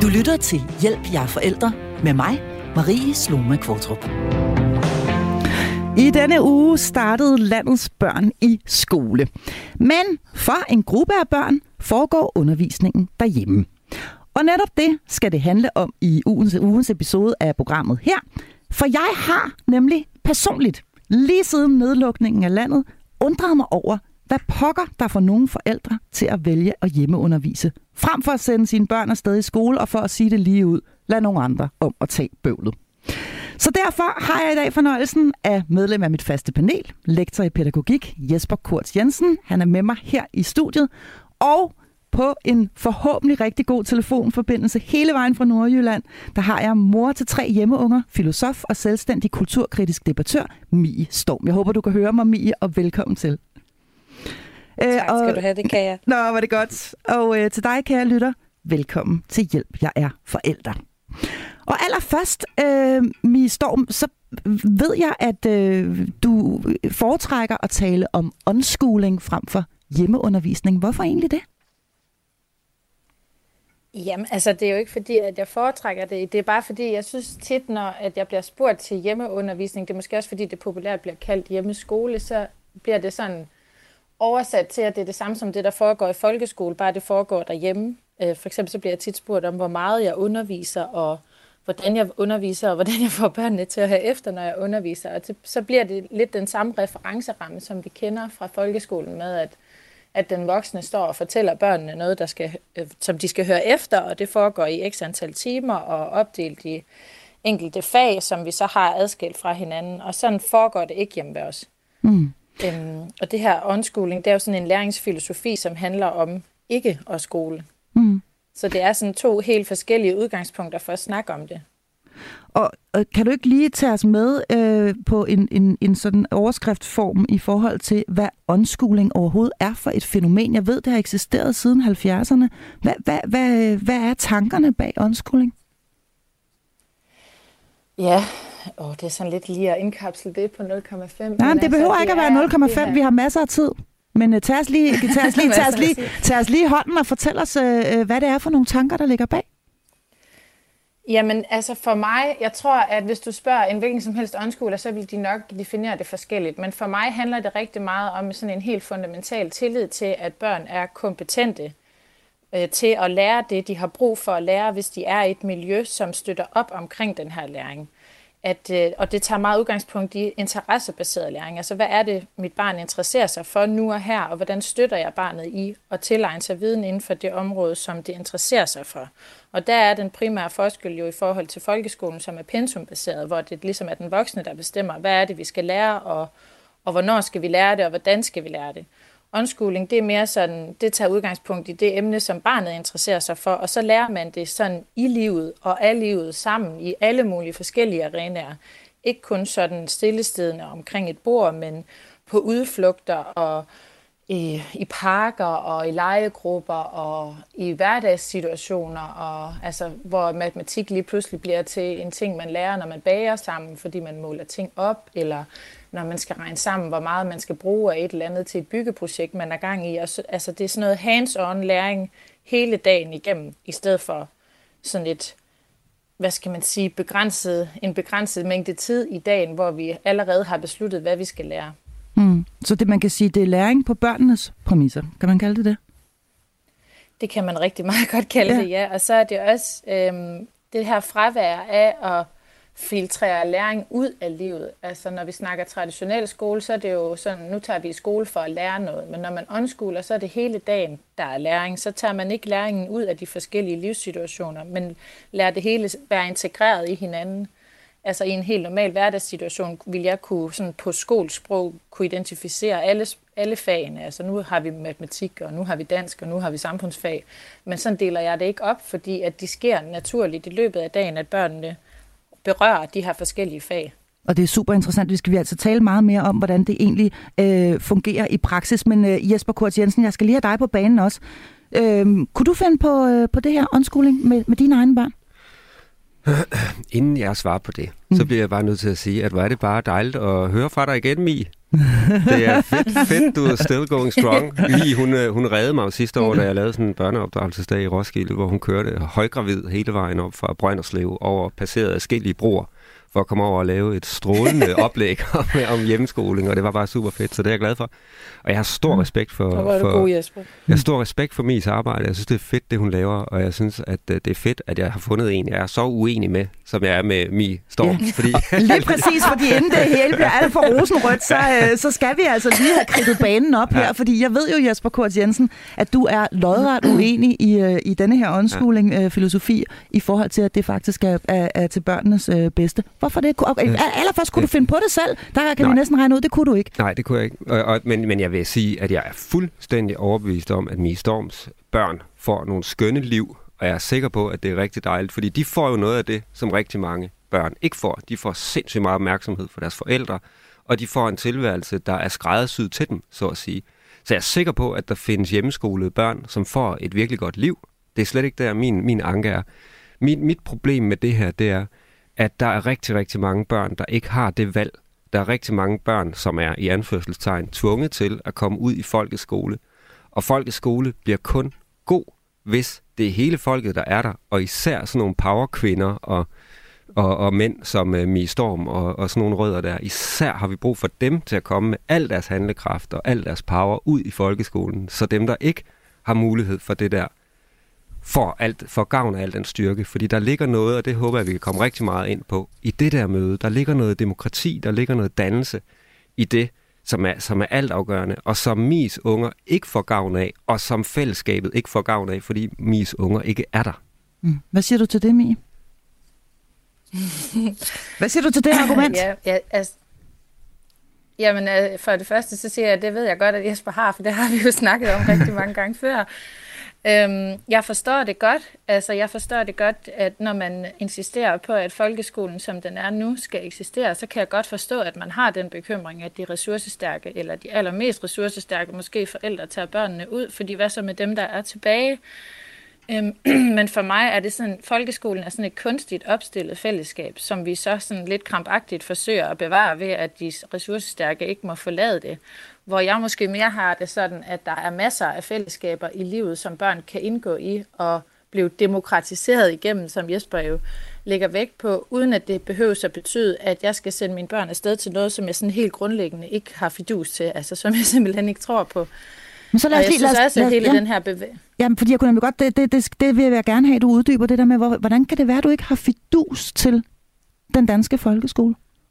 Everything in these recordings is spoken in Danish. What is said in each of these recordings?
Du lytter til Hjælp, jeg er forældre med mig, Marie Sloma Kvartrup. I denne uge startede landets børn i skole. Men for en gruppe af børn foregår undervisningen derhjemme. Og netop det skal det handle om i ugens episode af programmet her. For jeg har nemlig personligt, lige siden nedlukningen af landet, undret mig over, hvad pokker der får nogle forældre til at vælge at hjemmeundervise, frem for at sende sine børn afsted i skole, og for at sige det lige ud, lad nogle andre om at tage bøvlet. Så derfor har jeg i dag fornøjelsen af medlem af mit faste panel, lektor i pædagogik, Jesper Kurtz Jensen. Han er med mig her i studiet, og på en forhåbentlig rigtig god telefonforbindelse hele vejen fra Nordjylland, der har jeg mor til 3 hjemmeunger, filosof og selvstændig kulturkritisk debattør, Mie Storm. Jeg håber, du kan høre mig, Mie, og velkommen til. Tak skal du have, det kan jeg. Nå, var det godt. Og til dig, kære lytter, velkommen til Hjælp, jeg er forældre. Og allerførst, Mie Storm, så ved jeg, at du foretrækker at tale om unschooling frem for hjemmeundervisning. Hvorfor egentlig det? Jamen, altså det er jo ikke fordi, at jeg foretrækker det. Det er bare fordi, jeg synes tit, når at jeg bliver spurgt til hjemmeundervisning, det er måske også fordi, det populært bliver kaldt hjemmeskole, så bliver det sådan oversat til, at det er det samme som det, der foregår i folkeskole, bare det foregår derhjemme. For eksempel så bliver jeg tit spurgt om, hvor meget jeg underviser, og hvordan jeg underviser, og hvordan jeg får børnene til at have efter, når jeg underviser. Og så bliver det lidt den samme referenceramme, som vi kender fra folkeskolen med, at den voksne står og fortæller børnene noget, som de skal høre efter, og det foregår i x antal timer og opdelt i enkelte fag, som vi så har adskilt fra hinanden. Og sådan foregår det ikke hjemme ved os. Og det her unschooling, det er jo sådan en læringsfilosofi, som handler om ikke at skole. Så det er sådan 2 helt forskellige udgangspunkter for at snakke om det. Og kan du ikke lige tage os med på en sådan overskriftsform i forhold til, hvad unschooling overhovedet er for et fænomen? Jeg ved, det har eksisteret siden 70'erne. Hvad er tankerne bag unschooling? Ja, det er sådan lidt lige at indkapsle det på 0,5. Nej, det behøver ikke at være 0,5. Vi har masser af tid. Men tag os lige i hånden og fortæl os, hvad det er for nogle tanker, der ligger bag. Jamen, altså for mig, jeg tror, at hvis du spørger en hvilken som helst unschooler, så vil de nok definere det forskelligt. Men for mig handler det rigtig meget om sådan en helt fundamental tillid til, at børn er kompetente til at lære det, de har brug for at lære, hvis de er i et miljø, som støtter op omkring den her læring. Og det tager meget udgangspunkt i interessebaseret læring. Altså, hvad er det, mit barn interesserer sig for nu og her, og hvordan støtter jeg barnet i at tilegne sig viden inden for det område, som det interesserer sig for. Og der er den primære forskel jo i forhold til folkeskolen, som er pensumbaseret, hvor det ligesom er den voksne, der bestemmer, hvad er det, vi skal lære, og hvornår skal vi lære det, og hvordan skal vi lære det. Unschooling, det er mere sådan, det tager udgangspunkt i det emne, som barnet interesserer sig for, og så lærer man det sådan i livet og af livet sammen i alle mulige forskellige arenaer. Ikke kun sådan stillestedende omkring et bord, men på udflugter og i parker og i legegrupper og i hverdagssituationer, og altså, hvor matematik lige pludselig bliver til en ting, man lærer, når man bager sammen, fordi man måler ting op, eller når man skal regne sammen, hvor meget man skal bruge af et eller andet til et byggeprojekt, man er gang i. Altså, det er sådan noget hands-on læring hele dagen igennem, i stedet for sådan et, hvad skal man sige, en begrænset mængde tid i dagen, hvor vi allerede har besluttet, hvad vi skal lære. Så det, man kan sige, det er læring på børnenes præmisser. Kan man kalde det det? Det kan man rigtig meget godt kalde det, ja. Og så er det også det her fravær af at filtrere læring ud af livet. Altså når vi snakker traditionel skole, så er det jo sådan, nu tager vi i skole for at lære noget, men når man unschooler, så er det hele dagen, der er læring. Så tager man ikke læringen ud af de forskellige livssituationer, men lader det hele være integreret i hinanden. Altså i en helt normal hverdagssituation vil jeg kunne sådan på skolesprog kunne identificere alle fagene. Altså nu har vi matematik, og nu har vi dansk, og nu har vi samfundsfag. Men sådan deler jeg det ikke op, fordi at de sker naturligt i løbet af dagen, at børnene berører de her forskellige fag. Og det er super interessant. Vi skal altså tale meget mere om, hvordan det egentlig fungerer i praksis. Men Jesper Kurtz Jensen, jeg skal lige have dig på banen også. Kunne du finde på det her unschooling med dine egne børn? Inden jeg svarer på det, så bliver jeg bare nødt til at sige, at hvor er det bare dejligt at høre fra dig igen, Mie. Det er fedt, du er still going strong. Hun reddede mig jo sidste år, da jeg lavede sådan en børneopdragelsesdag i Roskilde, hvor hun kørte højgravid hele vejen op fra Brønderslev over passerede adskillige broer for at komme over og lave et strålende oplæg om hjemmeskoling, og det var bare super fedt, så det er jeg glad for. Og jeg har stor respekt jeg har stor respekt for Mies arbejde. Jeg synes, det er fedt, det hun laver, og jeg synes, at det er fedt, at jeg har fundet en, jeg er så uenig med, som jeg er med Mie Storm. Ja. Fordi lige præcis, fordi inden det hele bliver alt for rosenrødt, så skal vi altså lige have kridtet banen op her, fordi jeg ved jo, Jesper Kort Jensen, at du er lodret uenig i denne her undskuling filosofi i forhold til, at det faktisk er til børnenes bedste. Hvorfor det? Allerførst kunne du finde på det selv. Der kan vi næsten regne ud, det kunne du ikke. Nej, det kunne jeg ikke. Men jeg vil sige, at jeg er fuldstændig overbevist om, at Mie Storms børn får nogle skønne liv, og jeg er sikker på, at det er rigtig dejligt, fordi de får jo noget af det, som rigtig mange børn ikke får. De får sindssygt meget opmærksomhed fra deres forældre, og de får en tilværelse, der er skræddersyet til dem, så at sige. Så jeg er sikker på, at der findes hjemmeskolede børn, som får et virkelig godt liv. Det er slet ikke der, min anke er. Mit problem med det her, det er, at der er rigtig, rigtig mange børn, der ikke har det valg. Der er rigtig mange børn, som er i anførselstegn tvunget til at komme ud i folkeskole. Og folkeskole bliver kun god, hvis det er hele folket, der er der. Og især sådan nogle powerkvinder og mænd som Mie Storm og sådan nogle rødder der. Især har vi brug for dem til at komme med al deres handlekraft og al deres power ud i folkeskolen. Så dem, der ikke har mulighed for det der, får gavn af al den styrke, fordi der ligger noget, og det håber jeg, vi kan komme rigtig meget ind på, i det der møde. Der ligger noget demokrati, der ligger noget dannelse i det, som er altafgørende, og som Mies unger ikke får gavn af, og som fællesskabet ikke får gavn af, fordi Mies unger ikke er der. Hvad siger du til det, Mie? Hvad siger du til det argument? Jamen, for det første, så siger jeg, at det ved jeg godt, at Jesper har, for det har vi jo snakket om rigtig mange gange før. Jeg forstår det godt. Altså, jeg forstår det godt, at når man insisterer på, at folkeskolen, som den er nu, skal eksistere, så kan jeg godt forstå, at man har den bekymring, at de ressourcestærke, eller de allermest ressourcestærke, måske forældre, tager børnene ud, fordi hvad så med dem, der er tilbage? Men for mig er det sådan, folkeskolen er sådan et kunstigt opstillet fællesskab, som vi så sådan lidt krampagtigt forsøger at bevare ved, at de ressourcestærke ikke må forlade det. Hvor jeg måske mere har det sådan, at der er masser af fællesskaber i livet, som børn kan indgå i og blive demokratiseret igennem, som Jesper jo lægger vægt på, uden at det behøver at betyde, at jeg skal sende mine børn afsted til noget, som jeg sådan helt grundlæggende ikke har fidus til, altså som jeg simpelthen ikke tror på. Men så den her bevægelse. Jamen, fordi jeg kunne nemlig godt, det vil jeg gerne have, at du uddyber det der med, hvordan kan det være, at du ikke har fidus til den danske folkeskole?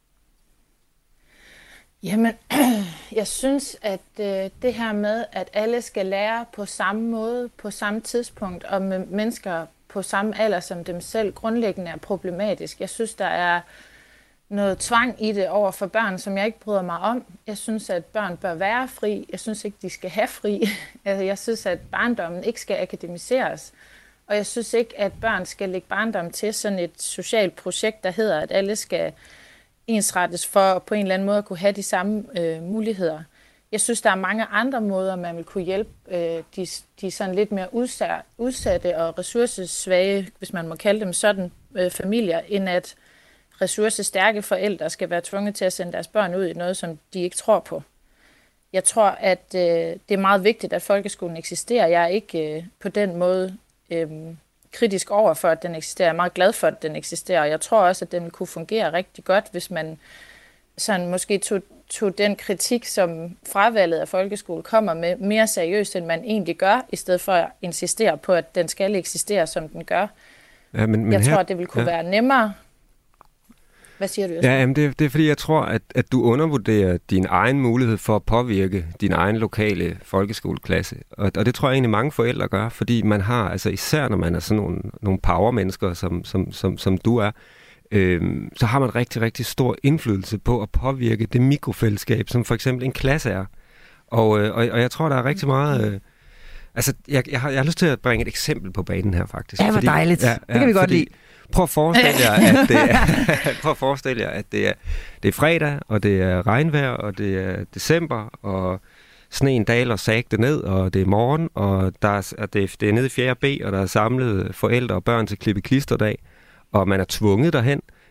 Jamen, jeg synes, at det her med, at alle skal lære på samme måde, på samme tidspunkt, og med mennesker på samme alder som dem selv, grundlæggende er problematisk. Jeg synes, der er noget tvang i det over for børn, som jeg ikke bryder mig om. Jeg synes, at børn bør være fri. Jeg synes ikke, de skal have fri. Jeg synes, at barndommen ikke skal akademiseres. Og jeg synes ikke, at børn skal lægge barndom til sådan et socialt projekt, der hedder, at alle skal ensrettes for på en eller anden måde at kunne have de samme muligheder. Jeg synes, der er mange andre måder, man vil kunne hjælpe de sådan lidt mere udsatte og ressourcesvage, hvis man må kalde dem sådan, familier, end at ressourcestærke forældre skal være tvunget til at sende deres børn ud i noget, som de ikke tror på. Jeg tror, at det er meget vigtigt, at folkeskolen eksisterer. Jeg er ikke på den måde kritisk over for, at den eksisterer. Jeg er meget glad for, at den eksisterer, og jeg tror også, at den vil kunne fungere rigtig godt, hvis man sådan måske tog den kritik, som fravalget af folkeskole kommer med, mere seriøst, end man egentlig gør, i stedet for at insistere på, at den skal eksistere, som den gør. Ja, men jeg tror, at det vil kunne være nemmere. Hvad siger du? Ja, jamen det er fordi, jeg tror, at du undervurderer din egen mulighed for at påvirke din egen lokale folkeskoleklasse. Og det tror jeg egentlig mange forældre gør, fordi man har, altså især når man er sådan nogle powermennesker, som du er, så har man rigtig, rigtig stor indflydelse på at påvirke det mikrofællesskab, som for eksempel en klasse er. Og jeg tror, der er rigtig meget... Altså, jeg har lyst til at bringe et eksempel på banen her, faktisk. Ja, hvor dejligt. Ja, det kan vi godt lide. Prøv at forestille jer, at det er fredag, og det er regnvejr, og det er december, og sneen daler sagte ned, og det er morgen, og det er nede i 4. B, og der er samlet forældre og børn til klippe-klisterdag, og man er tvunget derhen,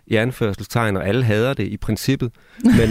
i anførselstegn, og alle hader det i princippet. Men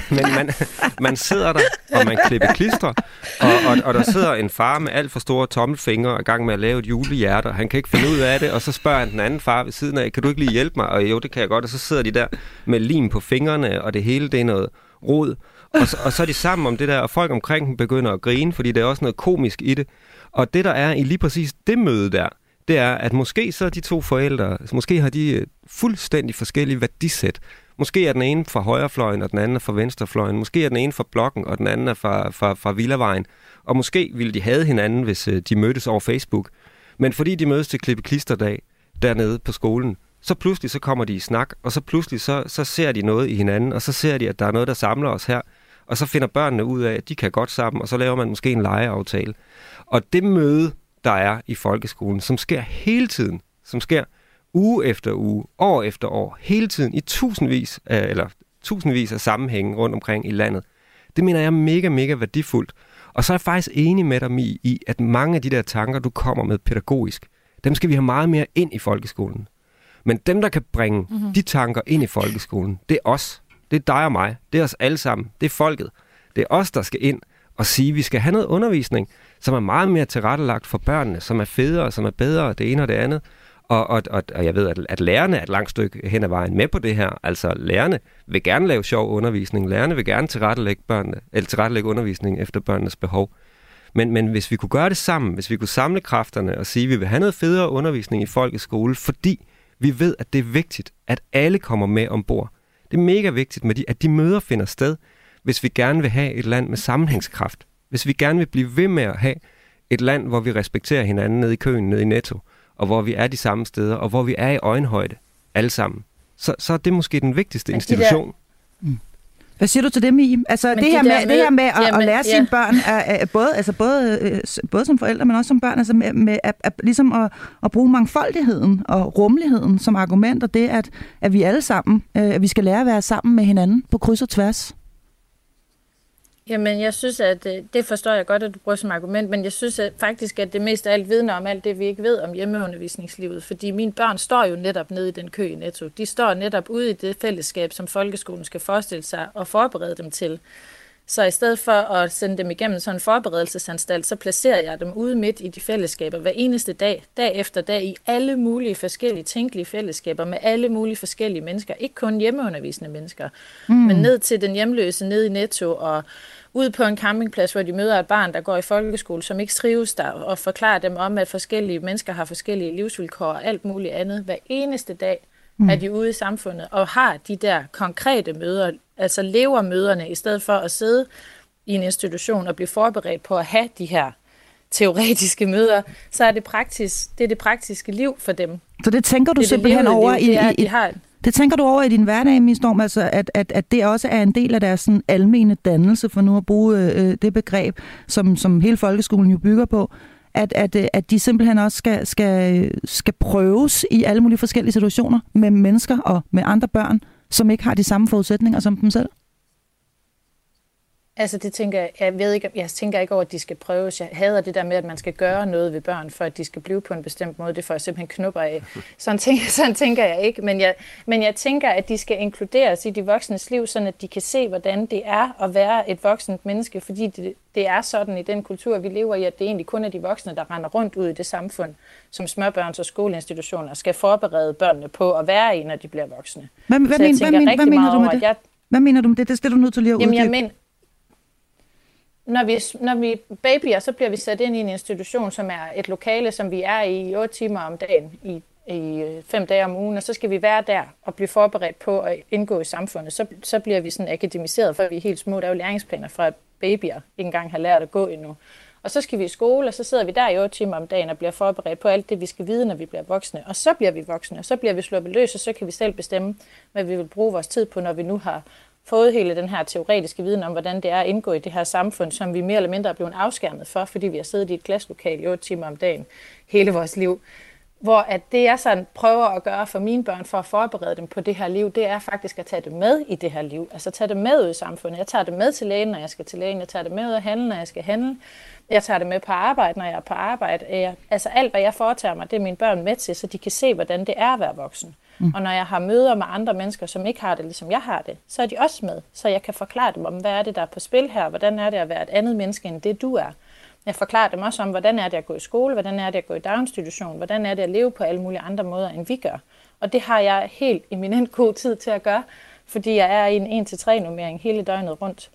man sidder der, og man klipper klister, og der sidder en far med alt for store tommelfingre i gang med at lave et julehjerte, og han kan ikke finde ud af det, og så spørger han den anden far ved siden af, kan du ikke lige hjælpe mig? Og jo, det kan jeg godt, og så sidder de der med lim på fingrene, og det hele, det er noget rod. Og så er de sammen om det der, og folk omkring dem begynder at grine, fordi der er også noget komisk i det. Og det, der er i lige præcis det møde der, det er, at måske så de to forældre, måske har de fuldstændig forskellige værdisæt. Måske er den ene fra højrefløjen, og den anden er fra venstrefløjen. Måske er den ene fra blokken, og den anden er fra Villavejen. Og måske ville de have hinanden, hvis de mødtes over Facebook. Men fordi de mødes til klippe-klisterdag dernede på skolen, så pludselig så kommer de i snak, og så pludselig så ser de noget i hinanden, og så ser de, at der er noget, der samler os her. Og så finder børnene ud af, at de kan godt sammen, og så laver man måske en legeaftale. Og det møde, der er i folkeskolen, som sker hele tiden, som sker uge efter uge, år efter år, hele tiden i tusindvis af sammenhænge rundt omkring i landet. Det mener jeg er mega, mega værdifuldt. Og så er jeg faktisk enig med dig i, at mange af de der tanker, du kommer med pædagogisk, dem skal vi have meget mere ind i folkeskolen. Men dem, der kan bringe de tanker ind i folkeskolen, det er os. Det er dig og mig. Det er os alle sammen. Det er folket. Det er os, der skal ind og sige, at vi skal have noget undervisning, som er meget mere tilrettelagt for børnene, som er federe, som er bedre, det ene og det andet. Og jeg ved, at lærerne er et langt stykke hen ad vejen med på det her. Altså, lærerne vil gerne lave sjov undervisning. Lærerne vil gerne tilrettelægge undervisning efter børnenes behov. Men hvis vi kunne gøre det sammen, hvis vi kunne samle kræfterne og sige, at vi vil have noget federe undervisning i folkets skole, fordi vi ved, at det er vigtigt, at alle kommer med ombord. Det er mega vigtigt, at de møder finder sted, hvis vi gerne vil have et land med sammenhængskraft. Hvis vi gerne vil blive ved med at have et land, hvor vi respekterer hinanden nede i køen, nede i Netto, og hvor vi er de samme steder, og hvor vi er i øjenhøjde, alle sammen, så er det måske den vigtigste institution. Hvad siger du til det, Mie? Altså det her med at lære sine børn, både som forældre, men også som børn, altså med ligesom at bruge mangfoldigheden og rummeligheden som argument, og det, at vi alle sammen, at vi skal lære at være sammen med hinanden på kryds og tværs. Jamen, jeg synes, at det forstår jeg godt, at du bruger som argument, men jeg synes at faktisk, at det mest af alt vidner om alt det, vi ikke ved om hjemmeundervisningslivet, fordi mine børn står jo netop nede i den kø i Netto. De står netop ude i det fællesskab, som folkeskolen skal forestille sig og forberede dem til. Så i stedet for at sende dem igennem sådan en forberedelsesanstalt, så placerer jeg dem ude midt i de fællesskaber hver eneste dag, dag efter dag, i alle mulige forskellige tænkelige fællesskaber med alle mulige forskellige mennesker. Ikke kun hjemmeundervisende mennesker, men ned til den hjemløse, ned i Netto og ud på en campingplads, hvor de møder et barn, der går i folkeskole, som ikke trives der, og forklarer dem om, at forskellige mennesker har forskellige livsvilkår og alt muligt andet. Hver eneste dag er de ude i samfundet og har de der konkrete møder, altså lever møderne, i stedet for at sidde i en institution og blive forberedt på at have de her teoretiske møder, så er det det praktiske liv for dem. Så det tænker du det simpelthen over Det tænker du over i din hverdag, Mie Storm, altså at det også er en del af deres sådan almene dannelse, for nu at bruge det begreb, som hele folkeskolen jo bygger på, at de simpelthen også skal prøves i alle mulige forskellige situationer med mennesker og med andre børn, som ikke har de samme forudsætninger som dem selv? Altså det tænker jeg tænker ikke over, at de skal prøves. Jeg hader det der med, at man skal gøre noget ved børn, for at de skal blive på en bestemt måde. Det får jeg simpelthen knupper af. Sådan tænker jeg ikke. Men jeg tænker, at de skal inkluderes i de voksnes liv, så at de kan se, hvordan det er at være et voksent menneske. Fordi det er sådan i den kultur, vi lever i, at det egentlig kun er de voksne, der render rundt ud i det samfund, som småbørns- og skoleinstitutioner skal forberede børnene på at være i, når de bliver voksne. Hvad mener du med det? Det er du nødt til lige at uddybe. Når vi babyer, så bliver vi sat ind i en institution, som er et lokale, som vi er i 8 timer om dagen, i 5 dage om ugen, og så skal vi være der og blive forberedt på at indgå i samfundet. Så bliver vi sådan akademiseret, for vi er helt små. Der er jo læringsplaner fra, at babyer ikke engang har lært at gå endnu. Og så skal vi i skole, og så sidder vi der i 8 timer om dagen og bliver forberedt på alt det, vi skal vide, når vi bliver voksne. Og så bliver vi voksne, og så bliver vi sluppet løs, og så kan vi selv bestemme, hvad vi vil bruge vores tid på, når vi nu har fået hele den her teoretiske viden om, hvordan det er at indgå i det her samfund, som vi mere eller mindre er blevet afskærmet for, fordi vi har siddet i et klasselokale i 8 timer om dagen hele vores liv. Hvor at det, jeg sådan prøver at gøre for mine børn, for at forberede dem på det her liv, det er faktisk at tage det med i det her liv. Altså tage det med ud i samfundet. Jeg tager det med til lægen, når jeg skal til lægen. Jeg tager det med ud at handle, når jeg skal handle. Jeg tager det med på arbejde, når jeg er på arbejde. Altså alt, hvad jeg foretager mig, det er mine børn med til, så de kan se, hvordan det er at være voksen. Og når jeg har møder med andre mennesker, som ikke har det, ligesom jeg har det, så er de også med. Så jeg kan forklare dem om, hvad er det, der er på spil her? Hvordan er det at være et andet menneske, end det du er? Jeg forklarer dem også om, hvordan er det at gå i skole, hvordan er det at gå i daginstitution, hvordan er det at leve på alle mulige andre måder, end vi gør. Og det har jeg helt eminent god tid til at gøre, fordi jeg er i en 1-3-nummering hele døgnet rundt.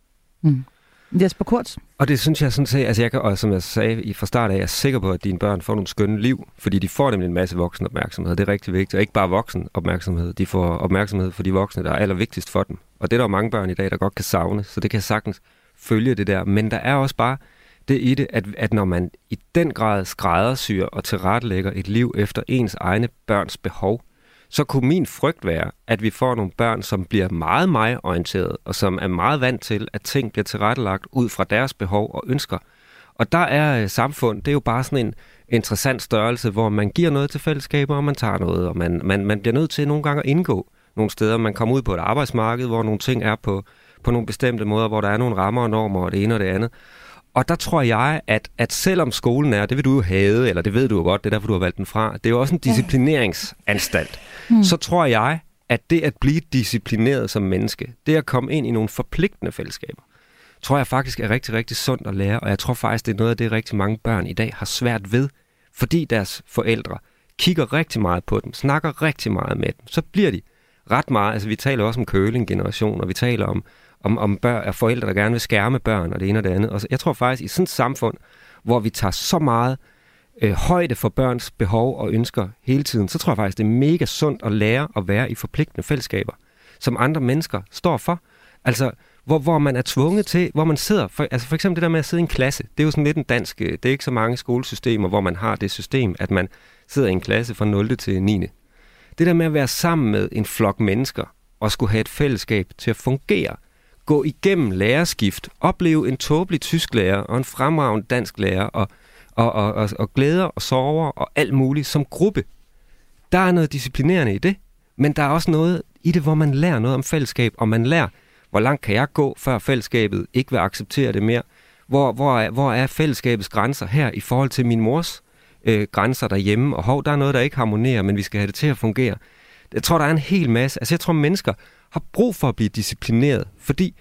Jesper Kurz? Og det synes jeg sådan set, altså jeg kan, og som jeg sagde fra start af, jeg er sikker på, at dine børn får nogle skønne liv, fordi de får nemlig en masse voksen opmærksomhed. Det er rigtig vigtigt, og ikke bare voksen opmærksomhed. De får opmærksomhed for de voksne, der er allervigtigst for dem. Og det er der jo mange børn i dag, der godt kan savne, så det kan sagtens følge det der. Men der er også bare det i det, at når man i den grad skræddersyr og tilrettelægger et liv efter ens egne børns behov, så kunne min frygt være, at vi får nogle børn, som bliver meget mig-orienteret, og som er meget vant til, at ting bliver tilrettelagt ud fra deres behov og ønsker. Og der er samfund, det er jo bare sådan en interessant størrelse, hvor man giver noget til fællesskaber, og man tager noget, og man bliver nødt til nogle gange at indgå nogle steder. Man kommer ud på et arbejdsmarked, hvor nogle ting er på nogle bestemte måder, hvor der er nogle rammer og normer, og det ene og det andet. Og der tror jeg, at selvom skolen er, det vil du jo have, eller det ved du jo godt, det er derfor, du har valgt den fra, det er jo også en disciplineringsanstalt. Så tror jeg, at det at blive disciplineret som menneske, det at komme ind i nogle forpligtende fællesskaber, tror jeg faktisk er rigtig, rigtig sundt at lære, og jeg tror faktisk, det er noget af det, rigtig mange børn i dag har svært ved, fordi deres forældre kigger rigtig meget på dem, snakker rigtig meget med dem, så bliver de ret meget, altså vi taler også om curling-generation, og vi taler om børn og forældre, der gerne vil skærme børn, og det ene og det andet. Og jeg tror faktisk, i sådan et samfund, hvor vi tager så meget højde for børns behov og ønsker hele tiden, så tror jeg faktisk, det er mega sundt at lære at være i forpligtende fællesskaber, som andre mennesker står for. Altså, hvor man er tvunget til, hvor man sidder, for eksempel det der med at sidde i en klasse, det er jo sådan lidt en dansk, det er ikke så mange skolesystemer, hvor man har det system, at man sidder i en klasse fra 0. til 9. Det der med at være sammen med en flok mennesker, og skulle have et fællesskab til at fungere, gå igennem lærerskift, opleve en tåbelig tysklærer og en fremragende dansklærer og glæder og sorger og alt muligt som gruppe. Der er noget disciplinerende i det, men der er også noget i det, hvor man lærer noget om fællesskab, og man lærer, hvor langt kan jeg gå, før fællesskabet ikke vil acceptere det mere. Hvor er fællesskabets grænser her i forhold til min mors grænser derhjemme, og der er noget, der ikke harmonerer, men vi skal have det til at fungere. Jeg tror, der er en hel masse. Altså jeg tror, mennesker har brug for at blive disciplineret, fordi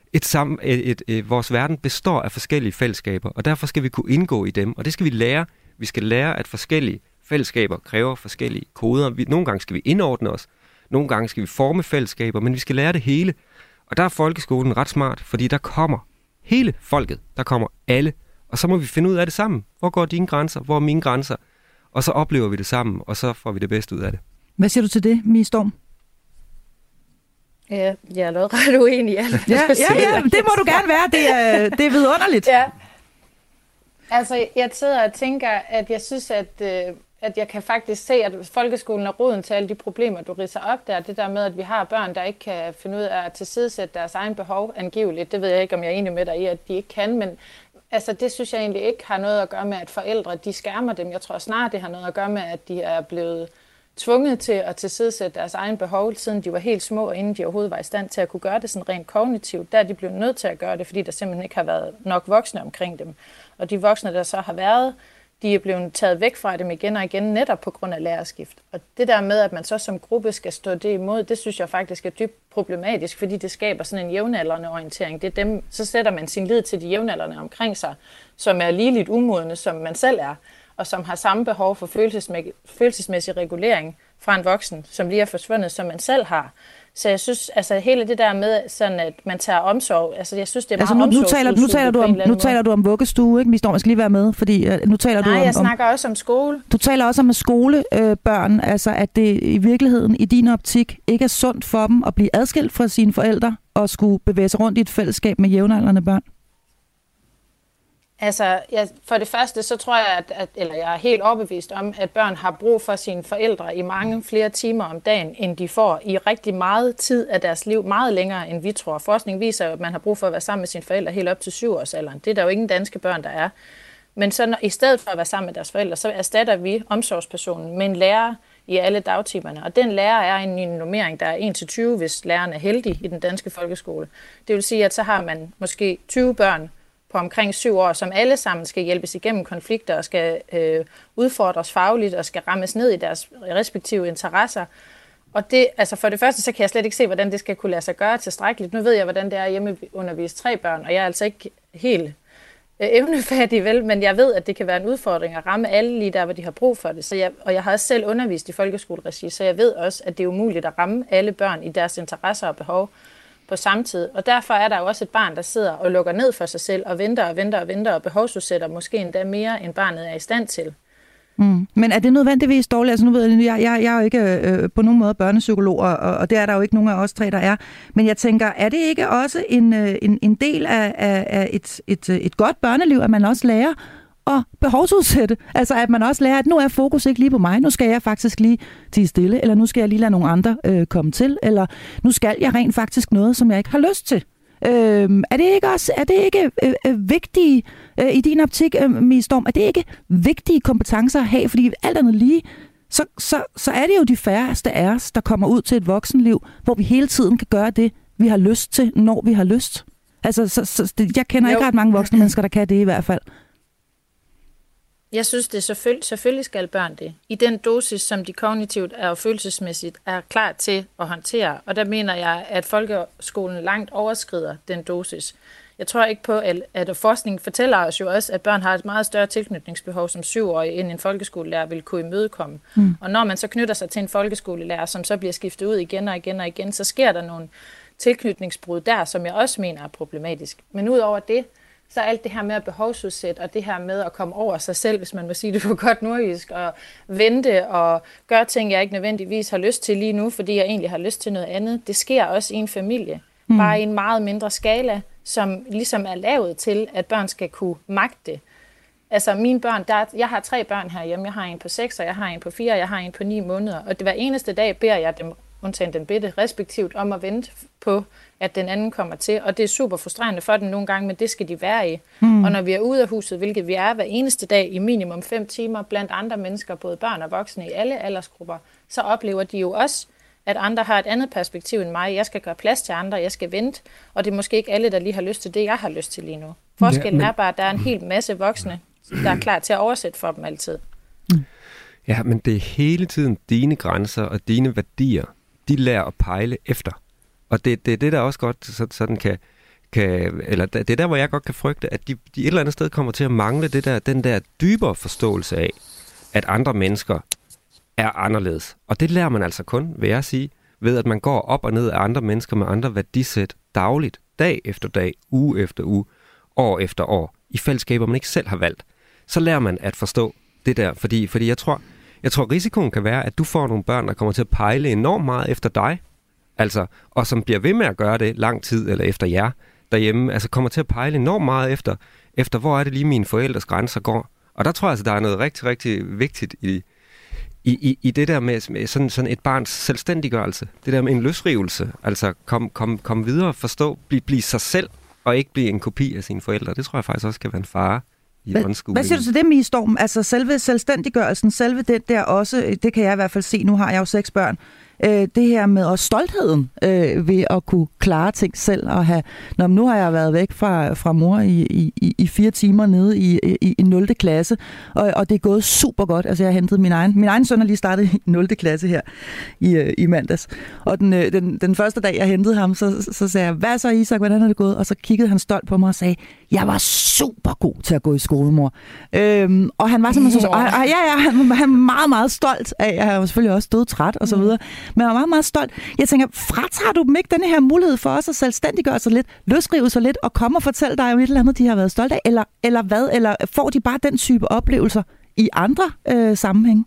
vores verden består af forskellige fællesskaber, og derfor skal vi kunne indgå i dem, og det skal vi lære. Vi skal lære, at forskellige fællesskaber kræver forskellige koder. Nogle gange skal vi indordne os, nogle gange skal vi forme fællesskaber, men vi skal lære det hele. Og der er folkeskolen ret smart, fordi der kommer hele folket, der kommer alle, og så må vi finde ud af det sammen. Hvor går dine grænser, hvor er mine grænser? Og så oplever vi det sammen, og så får vi det bedste ud af det. Hvad siger du til det, Mie Storm? Ja, jeg er noget ret uenig i alt. Ja, det må du gerne være. Det er vidunderligt. Ja. Altså, jeg sidder og tænker, at jeg synes, at jeg kan faktisk se, at folkeskolen er roden til alle de problemer, du ridser op der. Det der med, at vi har børn, der ikke kan finde ud af at tilsidesætte deres egen behov angiveligt. Det ved jeg ikke, om jeg er enig med dig i, at de ikke kan, men altså, det synes jeg egentlig ikke har noget at gøre med, at forældre de skærmer dem. Jeg tror snart, det har noget at gøre med, at de er blevet tvunget til at tilsidesætte deres egen behov, siden de var helt små, og inden de overhovedet var i stand til at kunne gøre det sådan rent kognitivt. Der er de blevet nødt til at gøre det, fordi der simpelthen ikke har været nok voksne omkring dem. Og de voksne, der så har været, de er blevet taget væk fra dem igen og igen, netop på grund af lærerskift. Og det der med, at man så som gruppe skal stå det imod, det synes jeg faktisk er dybt problematisk, fordi det skaber sådan en jævnaldrende orientering. Det er dem, så sætter man sin lid til de jævnaldrende omkring sig, som er ligeligt umodne, som man selv er, og som har samme behov for følelsesmæssig regulering fra en voksen, som lige er forsvundet, som man selv har. Så jeg synes, altså hele det der med, sådan at man tager omsorg, altså jeg synes, det er meget omsorgsfuldt. Nu taler du om vuggestue, ikke? Vi står, man skal lige være med, fordi nu taler du om... Nej, jeg snakker også om skole. Du taler også om skolebørn, altså at det i virkeligheden i din optik ikke er sundt for dem at blive adskilt fra sine forældre og skulle bevæge sig rundt i et fællesskab med jævnaldrende børn. Altså, for det første, så tror jeg, jeg er helt overbevist om, at børn har brug for sine forældre i mange flere timer om dagen, end de får i rigtig meget tid af deres liv, meget længere end vi tror. Forskning viser jo, at man har brug for at være sammen med sine forældre helt op til 7-årsalderen. Det er der jo ingen danske børn, der er. Men så i stedet for at være sammen med deres forældre, så erstatter vi omsorgspersonen med en lærer i alle dagtimerne. Og den lærer er en normering, der er 1-20, hvis læreren er heldig i den danske folkeskole. Det vil sige, at så har man måske 20 børn på omkring 7 år, som alle sammen skal hjælpes igennem konflikter og skal udfordres fagligt og skal rammes ned i deres respektive interesser. Og det, altså for det første, så kan jeg slet ikke se, hvordan det skal kunne lade sig gøre tilstrækkeligt. Nu ved jeg, hvordan det er hjemme at undervise 3 børn, og jeg er altså ikke helt evnefattig, vel, men jeg ved, at det kan være en udfordring at ramme alle lige der, hvor de har brug for det. Og jeg har også selv undervist i folkeskoleregi, så jeg ved også, at det er umuligt at ramme alle børn i deres interesser og behov på samme tid. Og derfor er der jo også et barn, der sidder og lukker ned for sig selv og venter og behovsudsætter måske endda mere, end barnet er i stand til. Men er det nødvendigvis dårligt? Altså nu ved jeg er jo ikke på nogen måde børnepsykolog, og det er der jo ikke nogen af os 3, der er. Men jeg tænker, er det ikke også en del af et godt børneliv, at man også lærer at behovsudsætte? Altså at man også lærer, at nu er fokus ikke lige på mig, nu skal jeg faktisk lige tie stille, eller nu skal jeg lige lade nogle andre komme til, eller nu skal jeg rent faktisk noget, som jeg ikke har lyst til. Er det ikke vigtige i din optik, Mie Storm, er det ikke vigtige kompetencer at have? Fordi alt andet lige, så er det jo de færreste af os, der kommer ud til et voksenliv, hvor vi hele tiden kan gøre det, vi har lyst til, når vi har lyst. Altså, jeg kender ikke ret mange voksne mennesker, der kan det i hvert fald. Jeg synes, det selvfølgelig skal børn det. I den dosis, som de kognitivt og følelsesmæssigt er klar til at håndtere. Og der mener jeg, at folkeskolen langt overskrider den dosis. Jeg tror ikke på, at forskningen fortæller os jo også, at børn har et meget større tilknytningsbehov som 7-årige, end en folkeskolelærer vil kunne imødekomme. Og når man så knytter sig til en folkeskolelærer, som så bliver skiftet ud igen og igen og igen, så sker der nogle tilknytningsbrud der, som jeg også mener er problematisk. Men ud over det, så alt det her med at behovsudsætte, og det her med at komme over sig selv, hvis man må sige det på godt nordjysk, og vente og gøre ting, jeg ikke nødvendigvis har lyst til lige nu, fordi jeg egentlig har lyst til noget andet, det sker også i en familie. Bare i en meget mindre skala, som ligesom er lavet til, at børn skal kunne magte det. Altså mine børn, jeg har 3 børn herhjemme, jeg har en på 6, og jeg har en på 4, og jeg har en på 9 måneder, og hver eneste dag beder jeg dem, undtagen den bitte, respektivt om at vente på, at den anden kommer til. Og det er super frustrerende for dem nogle gange, men det skal de være i. Og når vi er ude af huset, hvilket vi er hver eneste dag i minimum 5 timer, blandt andre mennesker, både børn og voksne i alle aldersgrupper, så oplever de jo også, at andre har et andet perspektiv end mig. Jeg skal gøre plads til andre, jeg skal vente, og det er måske ikke alle, der lige har lyst til det, jeg har lyst til lige nu. Forskellen er bare, at der er en hel masse voksne, der er klar til at oversætte for dem altid. Ja, men det er hele tiden dine grænser og dine værdier, de lærer at pejle efter. Og det er det, der også godt sådan kan eller det er der, hvor jeg godt kan frygte, at de et eller andet sted kommer til at mangle den der dybere forståelse af, at andre mennesker er anderledes. Og det lærer man altså kun, vil jeg sige, ved at man går op og ned af andre mennesker med andre værdisæt dagligt, dag efter dag, uge efter uge, år efter år, i fællesskaber, man ikke selv har valgt. Så lærer man at forstå det der, fordi jeg tror, risikoen kan være, at du får nogle børn, der kommer til at pejle enormt meget efter dig, altså, og som bliver ved med at gøre det lang tid, eller efter jer derhjemme, altså kommer til at pejle enormt meget efter hvor er det lige mine forældres grænser går. Og der tror jeg altså, der er noget rigtig, rigtig vigtigt i det der med sådan et barns selvstændiggørelse, det der med en løsrivelse, altså kom videre, forstå, blive sig selv, og ikke blive en kopi af sine forældre. Det tror jeg faktisk også kan være en fare i undskueligheden. Hvad siger du til det, Mie Storm? Altså selve selvstændiggørelsen, selve den der også, det kan jeg i hvert fald se, nu har jeg jo 6 børn, det her med også stoltheden ved at kunne klare ting selv og have, nu har jeg været væk fra mor i 4 timer nede i 0. klasse, og det er gået super godt. Altså jeg har hentet min egen søn er lige startet i 0. klasse her i mandags, og den første dag jeg hentede ham, så sagde jeg, hvad så Isak, hvordan er det gået? Og så kiggede han stolt på mig og sagde, jeg var super god til at gå i skole, mor. Og han var simpelthen han var meget, meget stolt af, jeg har selvfølgelig også stået træt og så videre, men jeg var meget, meget stolt. Jeg tænker, fratager du dem ikke denne her mulighed for os at selvstændiggøre sig lidt, løsrive sig lidt og komme og fortælle dig om et eller andet, de har været stolte af? Eller hvad? Eller får de bare den type oplevelser i andre sammenhænge?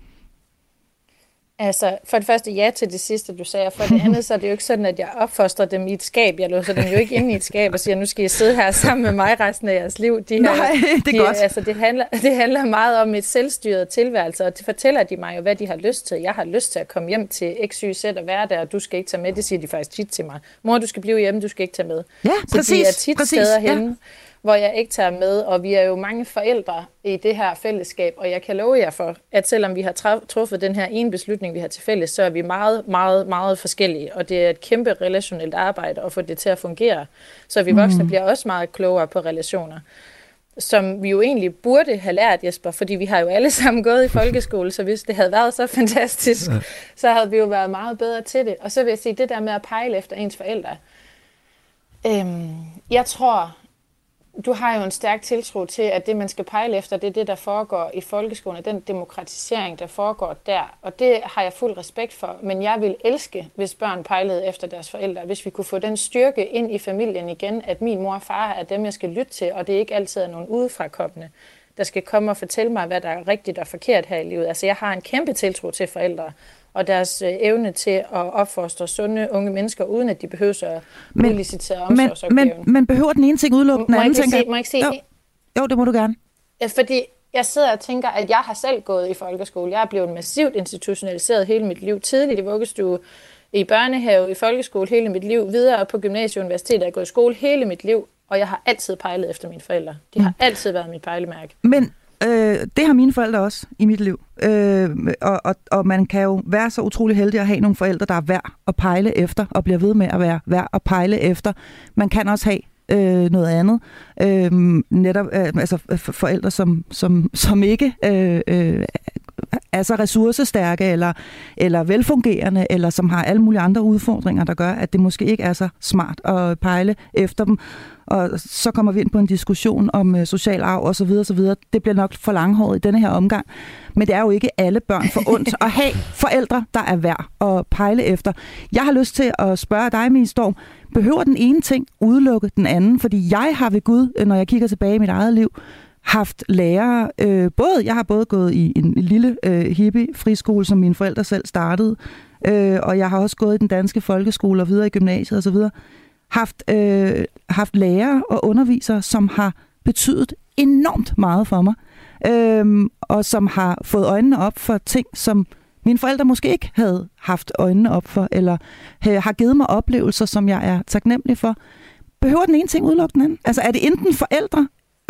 Altså, for det første ja til det sidste, du sagde, og for det andet, så er det jo ikke sådan, at jeg opfostrer dem i et skab. Jeg låser dem jo ikke inde i et skab og siger, nu skal I sidde her sammen med mig resten af jeres liv. Nej, det er godt. Altså, det handler meget om et selvstyret tilværelse, og det fortæller de mig jo, hvad de har lyst til. Jeg har lyst til at komme hjem til X, Y, Z og være der, og du skal ikke tage med. Det siger de faktisk tit til mig. Mor, du skal blive hjemme, du skal ikke tage med. Ja, så præcis. de er tit steder henne. hvor jeg ikke tager med, og vi er jo mange forældre i det her fællesskab, og jeg kan love jer for, at selvom vi har truffet den her ene beslutning, vi har til fælles, så er vi meget, meget, meget forskellige, og det er et kæmpe relationelt arbejde at få det til at fungere. Så vi voksne bliver også meget klogere på relationer, som vi jo egentlig burde have lært, Jesper, fordi vi har jo alle sammen gået i folkeskole, så hvis det havde været så fantastisk, så havde vi jo været meget bedre til det. Og så vil jeg sige, det der med at pejle efter ens forældre, jeg tror, du har jo en stærk tiltro til, at det, man skal pejle efter, det er det, der foregår i folkeskolen, og den demokratisering, der foregår der. Og det har jeg fuld respekt for, men jeg vil elske, hvis børn pejlede efter deres forældre. Hvis vi kunne få den styrke ind i familien igen, at min mor og far er dem, jeg skal lytte til, og det ikke altid er nogen udefrakommende, der skal komme og fortælle mig, hvad der er rigtigt og forkert her i livet. Altså, jeg har en kæmpe tiltro til forældre, og deres evne til at opfostre sunde unge mennesker, uden at de behøver at udlicitere omsorgsopgaven. Men behøver den ene ting udelukke den anden? Må jeg ikke sige? Jo, det må du gerne. Fordi jeg sidder og tænker, at jeg har selv gået i folkeskole. Jeg er blevet massivt institutionaliseret hele mit liv. Tidligt i vuggestue, i børnehave, i folkeskole hele mit liv. Videre på gymnasie og universitet. Jeg har gået i skole hele mit liv, og jeg har altid pejlet efter mine forældre. De har altid været mit pejlemærke. Men det har mine forældre også i mit liv. Og man kan jo være så utrolig heldig at have nogle forældre, der er værd at pejle efter, og bliver ved med at være værd at pejle efter. Man kan også have noget andet. Netop altså forældre, som ikke er så ressourcestærke, eller velfungerende, eller som har alle mulige andre udfordringer, der gør, at det måske ikke er så smart at pejle efter dem. Og så kommer vi ind på en diskussion om social arv osv. osv. Det bliver nok for langhåret i denne her omgang. Men det er jo ikke alle børn forundt at have forældre, der er værd at pejle efter. Jeg har lyst til at spørge dig, Mie Storm, behøver den ene ting udelukke den anden? Fordi jeg har ved Gud, når jeg kigger tilbage i mit eget liv, haft lærere, jeg har både gået i en lille hippie friskole, som mine forældre selv startede, og jeg har også gået i den danske folkeskole og videre i gymnasiet osv., haft lærere og undervisere, som har betydet enormt meget for mig, og som har fået øjnene op for ting, som mine forældre måske ikke havde haft øjnene op for, eller har givet mig oplevelser, som jeg er taknemmelig for. Behøver den ene ting udelukke den anden? Altså er det enten forældre,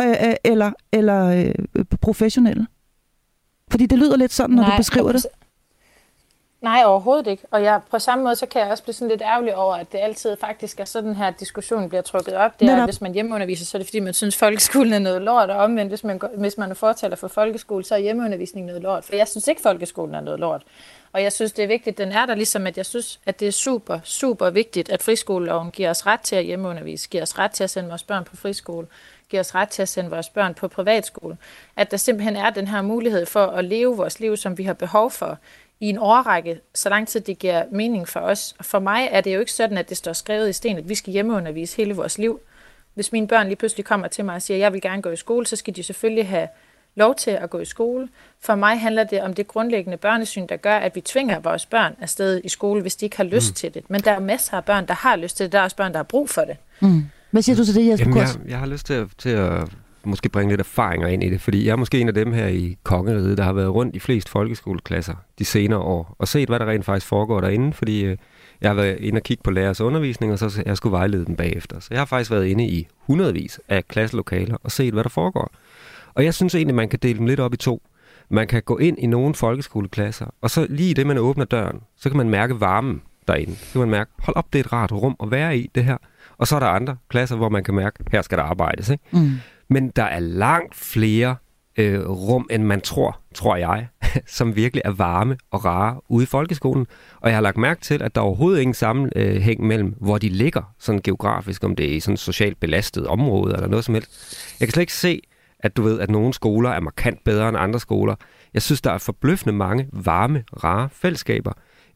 eller professionelle? Fordi det lyder lidt sådan, når du beskriver det. Nej, overhovedet ikke. Og på samme måde, så kan jeg også blive sådan lidt ærgerlig over, at det altid faktisk er sådan her, diskussion bliver trukket op. Det er, at hvis man hjemmeunderviser, så er det fordi, man synes, folkeskolen er noget lort, og omvendt, hvis man er fortaler for folkeskole, så er hjemmeundervisning noget lort. For jeg synes ikke, folkeskolen er noget lort. Og jeg synes, det er vigtigt, den er der, ligesom at jeg synes, at det er super, super vigtigt, at friskoleloven giver os ret til at hjemmeundervise, giver os ret til at sende vores børn på friskole, giver os ret til at sende vores børn på privatskole. At der simpelthen er den her mulighed for at leve vores liv, som vi har behov for, i en årrække, så lang tid det giver mening for os. Og for mig er det jo ikke sådan, at det står skrevet i sten, at vi skal hjemmeundervise hele vores liv. Hvis mine børn lige pludselig kommer til mig og siger, at jeg vil gerne gå i skole, så skal de selvfølgelig have lov til at gå i skole. For mig handler det om det grundlæggende børnesyn, der gør, at vi tvinger vores børn afsted i skole, hvis de ikke har lyst til det. Men der er masser af børn, der har lyst til det. Der er også børn, der har brug for det. Hvad siger du til det, Jesper? Jeg har lyst til at måske bringe lidt erfaringer ind i det, fordi jeg er måske en af dem her i Kongeriget, der har været rundt i flest folkeskoleklasser de senere år, og set, hvad der rent faktisk foregår derinde, fordi jeg har været inde og kigge på lærers undervisning, og så jeg skulle vejlede dem bagefter. Så jeg har faktisk været inde i hundredvis af klasselokaler og set, hvad der foregår. Og jeg synes egentlig, man kan dele dem lidt op i to. Man kan gå ind i nogle folkeskoleklasser, og så lige i det, man åbner døren, så kan man mærke varmen derinde. Så kan man mærke, hold op, det er et rart rum at være i, det her. Og så er der andre klasser, hvor man kan mærke, her skal der arbejdes, ikke? Men der er langt flere rum, end man tror jeg, som virkelig er varme og rare ude i folkeskolen. Og jeg har lagt mærke til, at der overhovedet ingen sammenhæng mellem, hvor de ligger sådan geografisk, om det er i sådan socialt belastet område eller noget som helst. Jeg kan slet ikke se, at du ved, at nogle skoler er markant bedre end andre skoler. Jeg synes, der er forbløffende mange varme, rare fællesskaber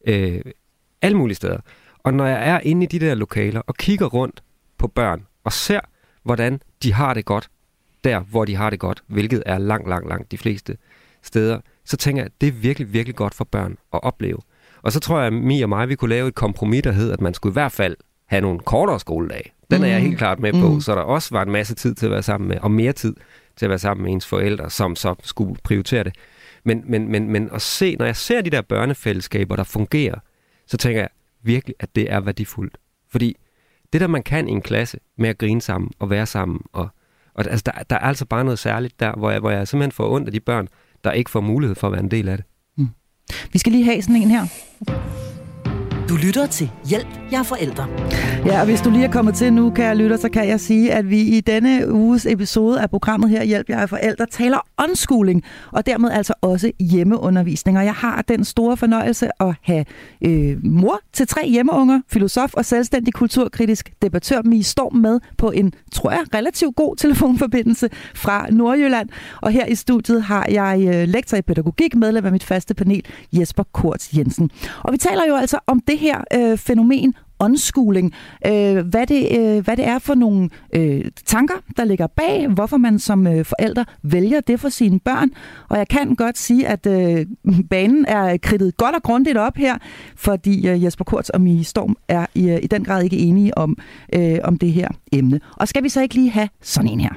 alle mulige steder. Og når jeg er inde i de der lokaler og kigger rundt på børn og ser, hvordan de har det godt, der hvor de har det godt, hvilket er langt de fleste steder, så tænker jeg, at det er virkelig, virkelig godt for børn at opleve. Og så tror jeg, at Mie og mig, vi kunne lave et kompromis, der hed, at man skulle i hvert fald have nogle kortere skoledage. Den er jeg helt klart med på, så der også var en masse tid til at være sammen med, og mere tid til at være sammen med ens forældre, som så skulle prioritere det. Men at se, når jeg ser de der børnefællesskaber, der fungerer, så tænker jeg virkelig, at det er værdifuldt. Fordi det der, man kan i en klasse med at grine sammen og være sammen Og altså, der er altså bare noget særligt der, hvor jeg simpelthen får ondt af de børn, der ikke får mulighed for at være en del af det. Vi skal lige have sådan en her. Du lytter til Hjælp, jeg er forældre. Ja, og hvis du lige er kommet til nu, kære lytter, så kan jeg sige, at vi i denne uges episode af programmet her, Hjælp, jeg er forældre, taler unschooling, og dermed altså også hjemmeundervisning. Og jeg har den store fornøjelse at have mor til 3 hjemmeunger, filosof og selvstændig kulturkritisk debattør Mie Storm med på en, tror jeg, relativt god telefonforbindelse fra Nordjylland. Og her i studiet har jeg lektor i pædagogik, medlem af mit faste panel, Jesper Kurtz Jensen. Og vi taler jo altså om det her fænomen unschooling. Hvad det er for nogle tanker, der ligger bag, hvorfor man som forælder vælger det for sine børn. Og jeg kan godt sige, at banen er kridtet godt og grundigt op her, fordi Jesper Kurtz og Mie Storm er i den grad ikke enige om det her emne. Og skal vi så ikke lige have sådan en her?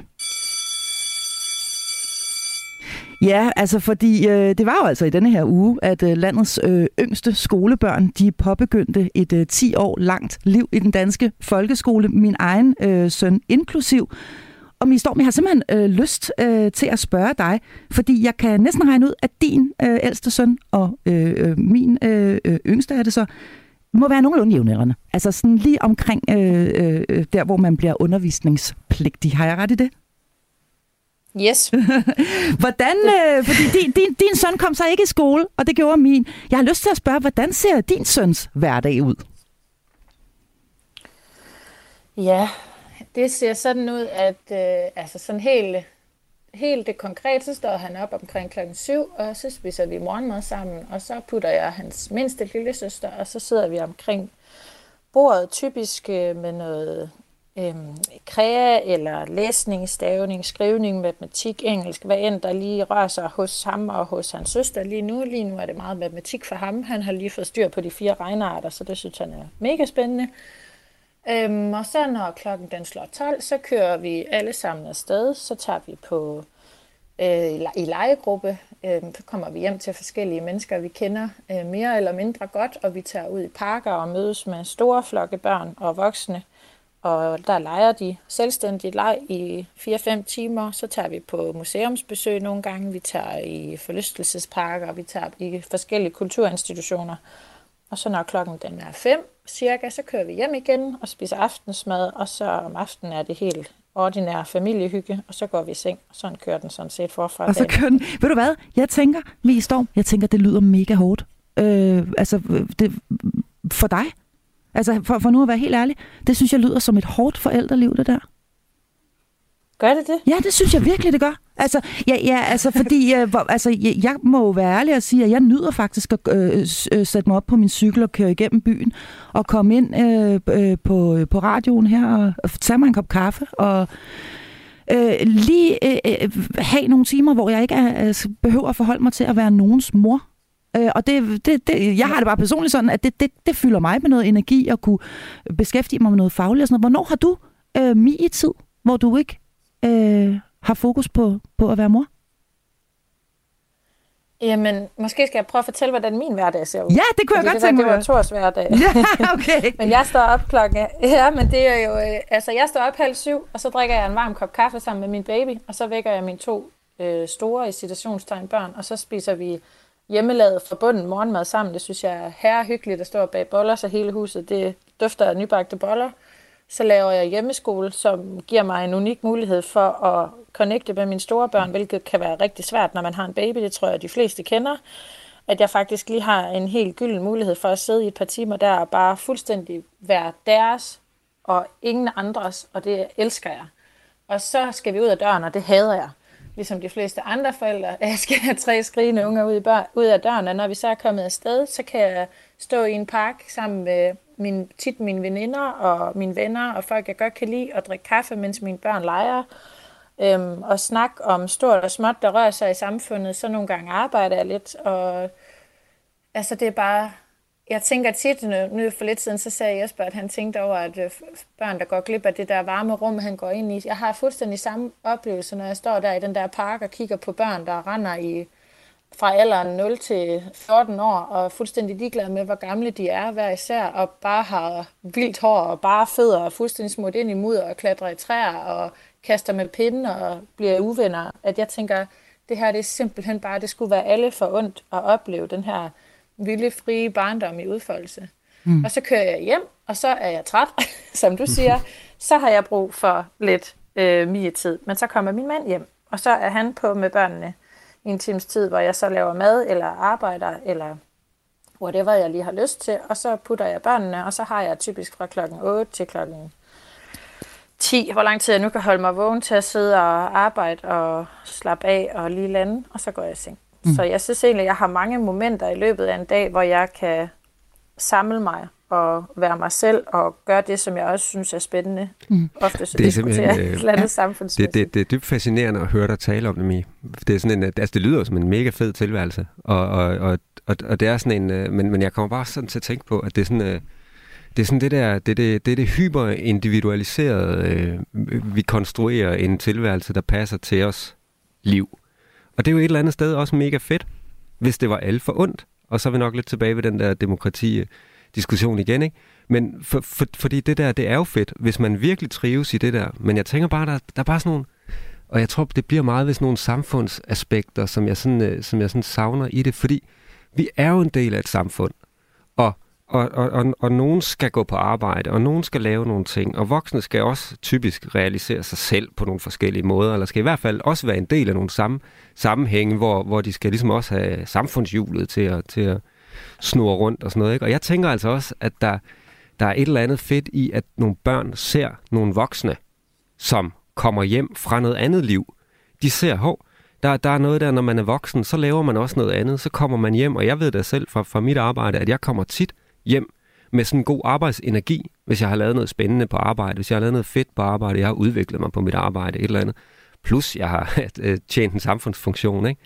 Ja, altså fordi det var jo altså i denne her uge, at landets yngste skolebørn, de påbegyndte et 10 år langt liv i den danske folkeskole, min egen søn inklusiv. Og Mie Storm, jeg har simpelthen lyst til at spørge dig, fordi jeg kan næsten regne ud, at din ældste søn og min yngste er det så, må være nogenlunde jævnaldrende. Altså sådan lige omkring der, hvor man bliver undervisningspligtig. Har jeg ret i det? Yes. Hvordan, fordi din søn kom så ikke i skole, og det gjorde min. Jeg har lyst til at spørge, hvordan ser din søns hverdag ud? Ja, det ser sådan ud, at altså sådan helt det konkret, så står han op omkring 7:00, og så spiser vi morgenmad sammen, og så putter jeg hans mindste lillesøster, og så sidder vi omkring bordet, typisk med noget krea eller læsning, stavning, skrivning, matematik, engelsk, hvad end der lige rører sig hos ham og hos hans søster lige nu. Lige nu er det meget matematik for ham. Han har lige fået styr på de 4 regnearter, så det synes han er mega spændende. Og så når klokken den slår 12, så kører vi alle sammen afsted. Så tager vi på i legegruppe. Så kommer vi hjem til forskellige mennesker, vi kender mere eller mindre godt, og vi tager ud i parker og mødes med store flokke børn og voksne. Og der leger de selvstændigt leg i 4-5 timer. Så tager vi på museumsbesøg nogle gange. Vi tager i forlystelsesparker. Vi tager i forskellige kulturinstitutioner. Og så når klokken den er 5 cirka, så kører vi hjem igen og spiser aftensmad. Og så om aftenen er det helt ordinær familiehygge. Og så går vi i seng. Og sådan kører den sådan set forfra. Og så kører den. Ved du hvad? Jeg tænker, Mie Storm, det lyder mega hårdt. Det, for dig? Altså, for nu at være helt ærlig, det synes jeg lyder som et hårdt forældreliv, det der. Gør det det? Ja, det synes jeg virkelig, det gør. Altså, fordi jeg må jo være ærlig og sige, at jeg nyder faktisk at sætte mig op på min cykel og køre igennem byen og komme ind på radioen her og tage mig en kop kaffe og lige have nogle timer, hvor jeg ikke behøver at forholde mig til at være nogens mor. Og jeg har det bare personligt sådan, at det fylder mig med noget energi at kunne beskæftige mig med noget fagligt og sådan noget. Hvornår har du Mie tid, hvor du ikke har fokus på at være mor? Jamen, måske skal jeg prøve at fortælle, hvordan min hverdag ser ud. Ja, det kunne jeg godt tænke mig. Det var Thors hverdag. Ja, okay. Men jeg står op klokken... Ja, men det er jo... jeg står op 6:30, og så drikker jeg en varm kop kaffe sammen med min baby, og så vækker jeg mine 2 store i citationstegn børn, og så spiser vi hjemmelavet forbundet morgenmad sammen. Det synes jeg er herrehyggeligt at stå bag boller, så hele huset det dufter af nybagte boller. Så laver jeg hjemmeskole, som giver mig en unik mulighed for at connecte med mine store børn, hvilket kan være rigtig svært, når man har en baby. Det tror jeg, de fleste kender. At jeg faktisk lige har en helt gylden mulighed for at sidde i et par timer der og bare fuldstændig være deres og ingen andres, og det elsker jeg. Og så skal vi ud af døren, og det hader jeg. Ligesom de fleste andre forældre, jeg skal have 3 skrigende unger ud af døren, og når vi så er kommet afsted, så kan jeg stå i en park sammen med mine veninder og mine venner, og folk jeg godt kan lide, og drikke kaffe, mens mine børn leger, og snakke om stort og småt, der rører sig i samfundet. Så nogle gange arbejder jeg lidt, og altså det er bare... Jeg tænker tit, nu for lidt siden, så sagde Jesper, at han tænkte over, at børn, der går glip af det der varme rum, han går ind i. Jeg har fuldstændig samme oplevelse, når jeg står der i den der park og kigger på børn, der render fra alderen 0 til 14 år, og er fuldstændig ligeglade med, hvor gamle de er hver især, og bare har vildt hår og bare fødder og fuldstændig smurt ind i mudder og klatrer i træer og kaster med pinden og bliver uvenner, at jeg tænker, det her det er simpelthen bare, det skulle være alle for ondt at opleve den her vilde, frie barndom i udfoldelse. Og så kører jeg hjem, og så er jeg træt, som du siger. Så har jeg brug for lidt mietid. Men så kommer min mand hjem, og så er han på med børnene i en times tid, hvor jeg så laver mad, eller arbejder, eller whatever jeg lige har lyst til. Og så putter jeg børnene, og så har jeg typisk fra klokken 8 til klokken 10, hvor lang tid jeg nu kan holde mig vågen til at sidde og arbejde og slappe af og lige lande, og så går jeg i seng. Så jeg synes egentlig, at jeg har mange momenter i løbet af en dag, hvor jeg kan samle mig og være mig selv og gøre det, som jeg også synes er spændende. Ofte så diskuterer et eller andet samfundsmæssigt. Det er dybt fascinerende at høre dig tale om det, Mie. Det er sådan en, det lyder som en mega fed tilværelse, og det er sådan en, men jeg kommer bare sådan til at tænke på, at det er sådan, det er sådan det hyperindividualiserede, vi konstruerer en tilværelse, der passer til os liv. Og det er jo et eller andet sted også mega fedt, hvis det var alle for ondt. Og så er vi nok lidt tilbage ved den der demokrati-diskussion igen, ikke? Men fordi det der, det er jo fedt, hvis man virkelig trives i det der. Men jeg tænker bare, der er bare sådan nogle, og jeg tror, det bliver meget ved sådan nogle samfundsaspekter, som jeg sådan savner i det. Fordi vi er jo en del af et samfund, og nogen skal gå på arbejde, og nogen skal lave nogle ting, og voksne skal også typisk realisere sig selv på nogle forskellige måder, eller skal i hvert fald også være en del af nogle sammenhænge, hvor de skal ligesom også have samfundshjulet til at snurre rundt og sådan noget, ikke? Og jeg tænker altså også, at der er et eller andet fedt i, at nogle børn ser nogle voksne, som kommer hjem fra noget andet liv. De ser, der er noget der, når man er voksen, så laver man også noget andet, så kommer man hjem, og jeg ved da selv fra mit arbejde, at jeg kommer tit hjem med sådan en god arbejdsenergi, hvis jeg har lavet noget spændende på arbejde, hvis jeg har lavet noget fedt på arbejde, jeg har udviklet mig på mit arbejde, et eller andet. Plus jeg har tjent en samfundsfunktion, ikke?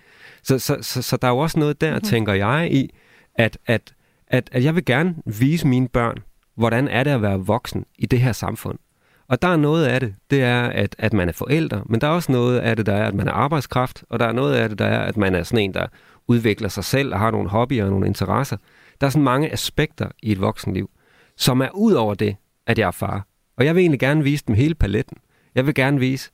Så der er jo også noget der, tænker jeg, i, at jeg vil gerne vise mine børn, hvordan er det at være voksen i det her samfund. Og der er noget af det er, at man er forældre, men der er også noget af det, der er, at man er arbejdskraft, og der er noget af det, der er, at man er sådan en, der udvikler sig selv og har nogle hobbyer og nogle interesser. Der er sådan mange aspekter i et voksenliv, som er ud over det, at jeg er far. Og jeg vil egentlig gerne vise dem hele paletten. Jeg vil gerne vise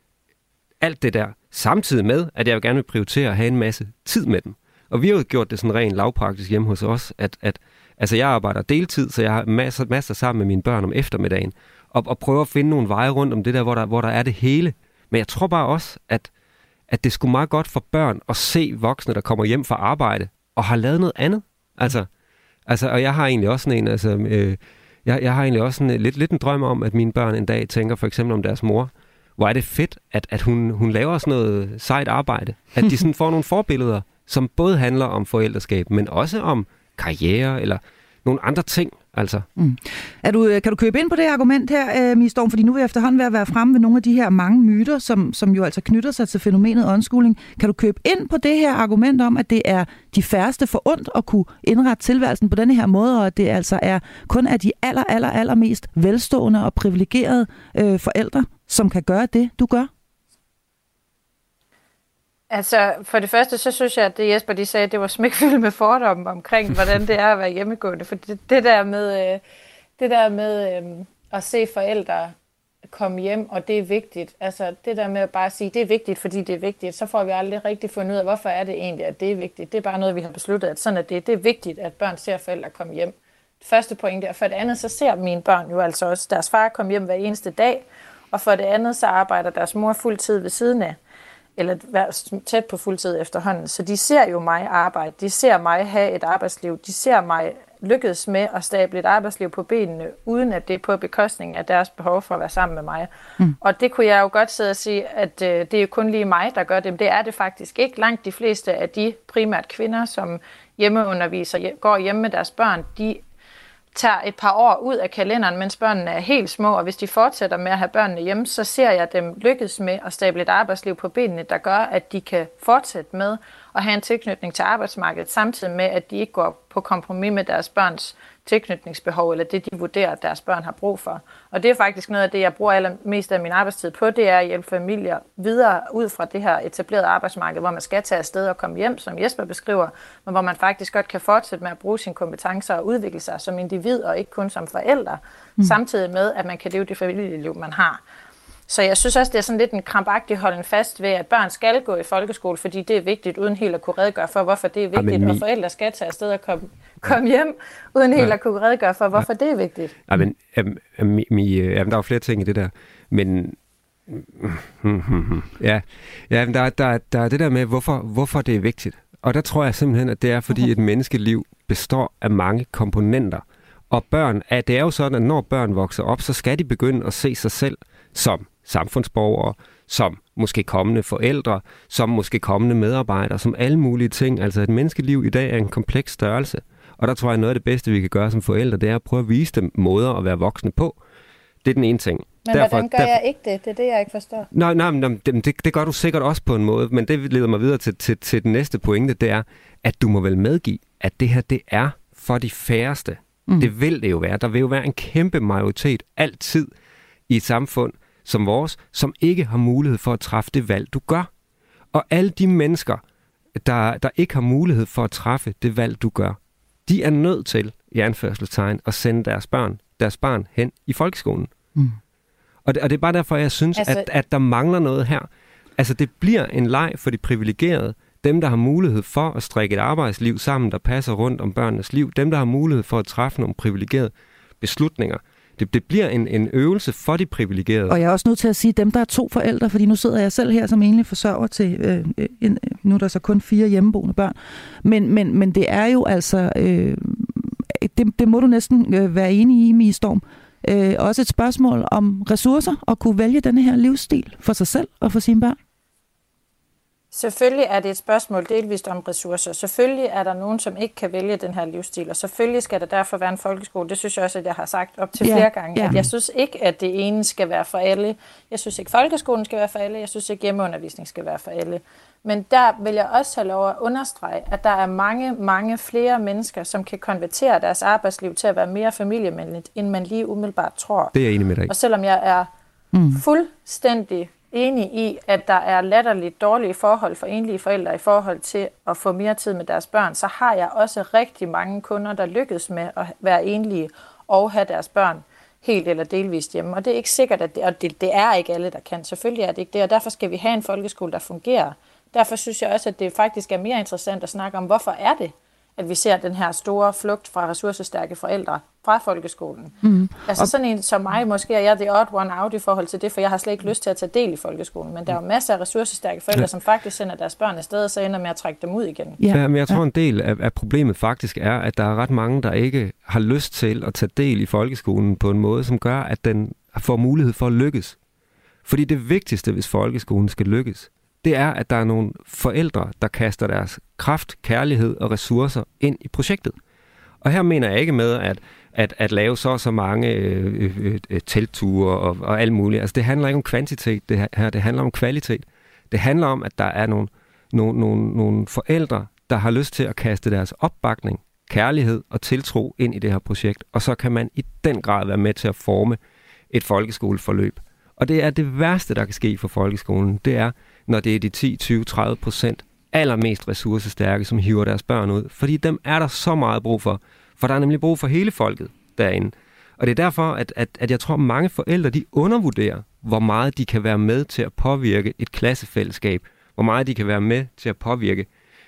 alt det der, samtidig med, at jeg gerne vil prioritere at have en masse tid med dem. Og vi har jo gjort det sådan rent lavpraktisk hjemme hos os, at altså jeg arbejder deltid, så jeg har masser sammen med mine børn om eftermiddagen, og prøver at finde nogle veje rundt om det der, hvor der er det hele. Men jeg tror bare også, at det skulle meget godt for børn at se voksne, der kommer hjem fra arbejde, og har lavet noget andet. Altså, og jeg har egentlig også sådan en, jeg har egentlig også sådan lidt en drøm om, at mine børn en dag tænker for eksempel om deres mor, hvor er det fedt, at hun laver sådan noget sejt arbejde. At de sådan får nogle forbilleder, som både handler om forældreskab, men også om karriere eller nogle andre ting. Altså. Kan du købe ind på det argument her, Mie Storm? Fordi nu er vi efterhånden ved at være fremme ved nogle af de her mange myter, som jo altså knytter sig til fænomenet unschooling. Kan du købe ind på det her argument om, at det er de færreste forundt at kunne indrette tilværelsen på denne her måde, og at det altså kun er de allermest velstående og privilegerede forældre, som kan gøre det, du gør? Altså, for det første, så synes jeg, at det Jesper de sagde, det var smækfyldt med fordomme omkring, hvordan det er at være hjemmegående. For det der med at se forældre komme hjem, og det er vigtigt. Altså, det der med at bare sige, det er vigtigt, fordi det er vigtigt, så får vi aldrig rigtig fundet ud af, hvorfor er det egentlig, at det er vigtigt. Det er bare noget, vi har besluttet, at sådan er det. Det er vigtigt, at børn ser forældre komme hjem. Første point der. For det andet, så ser mine børn jo altså også deres far komme hjem hver eneste dag, og for det andet, så arbejder deres mor fuldtid ved siden af, eller være tæt på fuldtid efterhånden. Så de ser jo mig arbejde, de ser mig have et arbejdsliv, de ser mig lykkes med at stable et arbejdsliv på benene, uden at det er på bekostning af deres behov for at være sammen med mig. Og det kunne jeg jo godt sidde og sige, at det er jo kun lige mig, der gør det, men det er det faktisk ikke. Langt de fleste af de primært kvinder, som hjemmeunderviser, går hjemme med deres børn, de tager et par år ud af kalenderen, mens børnene er helt små, og hvis de fortsætter med at have børnene hjemme, så ser jeg dem lykkes med at stable et arbejdsliv på benene, der gør, at de kan fortsætte med at have en tilknytning til arbejdsmarkedet, samtidig med, at de ikke går på kompromis med deres børns tilknytningsbehov, eller det, de vurderer, at deres børn har brug for. Og det er faktisk noget af det, jeg bruger allermest af min arbejdstid på, det er at hjælpe familier videre ud fra det her etablerede arbejdsmarked, hvor man skal tage afsted og komme hjem, som Jesper beskriver, men hvor man faktisk godt kan fortsætte med at bruge sine kompetencer og udvikle sig som individ, og ikke kun som forældre, samtidig med, at man kan leve det familieliv, man har. Så jeg synes også, det er sådan lidt en krampagtig holden fast ved, at børn skal gå i folkeskole, fordi det er vigtigt, uden helt at kunne redegøre for, hvorfor det er vigtigt, og forældre skal tage afsted og komme hjem, uden helt at kunne redegøre for, hvorfor det er vigtigt. Der er jo flere ting i det der, men men der er det der med, hvorfor det er vigtigt. Og der tror jeg simpelthen, at det er, fordi et menneskeliv består af mange komponenter. Og det er jo sådan, at når børn vokser op, så skal de begynde at se sig selv som samfundsborgere, som måske kommende forældre, som måske kommende medarbejdere, som alle mulige ting. Altså et menneskeliv i dag er en kompleks størrelse. Og der tror jeg, noget af det bedste, vi kan gøre som forældre, det er at prøve at vise dem måder at være voksne på. Det er den ene ting. Men hvordan gør jeg ikke det? Det er det, jeg ikke forstår. Nej, det gør du sikkert også på en måde, men det leder mig videre til den næste pointe, det er, at du må vel medgive, at det her, det er for de færreste. Det vil det jo være. Der vil jo være en kæmpe majoritet altid i et samfund som vores, som ikke har mulighed for at træffe det valg, du gør. Og alle de mennesker, der ikke har mulighed for at træffe det valg, du gør, de er nødt til, i anførselstegn, at sende deres barn hen i folkeskolen. Og det er bare derfor, jeg synes, at der mangler noget her. Altså, det bliver en leg for de privilegerede. Dem, der har mulighed for at strikke et arbejdsliv sammen, der passer rundt om børnenes liv. Dem, der har mulighed for at træffe nogle privilegerede beslutninger. Det bliver en øvelse for de privilegerede. Og jeg er også nødt til at sige, dem, der er 2 forældre, fordi nu sidder jeg selv her som enlig forsørger til, nu er der så kun 4 hjemmeboende børn. Men det er jo altså, det må du næsten være enig i, Mie Storm. Også et spørgsmål om ressourcer og kunne vælge denne her livsstil for sig selv og for sine børn. Selvfølgelig er det et spørgsmål delvist om ressourcer. Selvfølgelig er der nogen, som ikke kan vælge den her livsstil, og selvfølgelig skal der derfor være en folkeskole. Det synes jeg også, at jeg har sagt op til flere gange. At jeg synes ikke, at det ene skal være for alle. Jeg synes ikke, folkeskolen skal være for alle. Jeg synes ikke, hjemmeundervisning skal være for alle. Men der vil jeg også have lov at understrege, at der er mange, mange flere mennesker, som kan konvertere deres arbejdsliv til at være mere familiemændligt, end man lige umiddelbart tror. Det er jeg enig med dig. Og selvom jeg er fuldstændig enig i, at der er latterligt dårlige forhold for enlige forældre i forhold til at få mere tid med deres børn, så har jeg også rigtig mange kunder, der lykkes med at være enlige og have deres børn helt eller delvist hjemme. Og det er ikke sikkert, at det er ikke alle, der kan. Selvfølgelig er det ikke det, og derfor skal vi have en folkeskole, der fungerer. Derfor synes jeg også, at det faktisk er mere interessant at snakke om, hvorfor er det, at vi ser den her store flugt fra ressourcestærke forældre fra folkeskolen. Altså sådan en som mig, måske er jeg the odd one out i forhold til det, for jeg har slet ikke lyst til at tage del i folkeskolen, men der er jo masser af ressourcestærke forældre, som faktisk sender deres børn afsted, og så ender med at trække dem ud igen. Ja, men jeg tror en del af problemet faktisk er, at der er ret mange, der ikke har lyst til at tage del i folkeskolen på en måde, som gør, at den får mulighed for at lykkes. Fordi det vigtigste, hvis folkeskolen skal lykkes, det er, at der er nogle forældre, der kaster deres kraft, kærlighed og ressourcer ind i projektet. Og her mener jeg ikke med at lave så mange teltture og alt muligt. Altså det handler ikke om kvantitet, det handler om kvalitet. Det handler om, at der er nogle forældre, der har lyst til at kaste deres opbakning, kærlighed og tiltro ind i det her projekt. Og så kan man i den grad være med til at forme et folkeskoleforløb. Og det er det værste, der kan ske for folkeskolen. Det er, når det er de 10, 20, 30% allermest ressourcestærke, som hiver deres børn ud. Fordi dem er der så meget brug for. For der er nemlig brug for hele folket derinde. Og det er derfor, at jeg tror, at mange forældre, de undervurderer, hvor meget de kan være med til at påvirke et klassefællesskab. Hvor meget de kan være med til at påvirke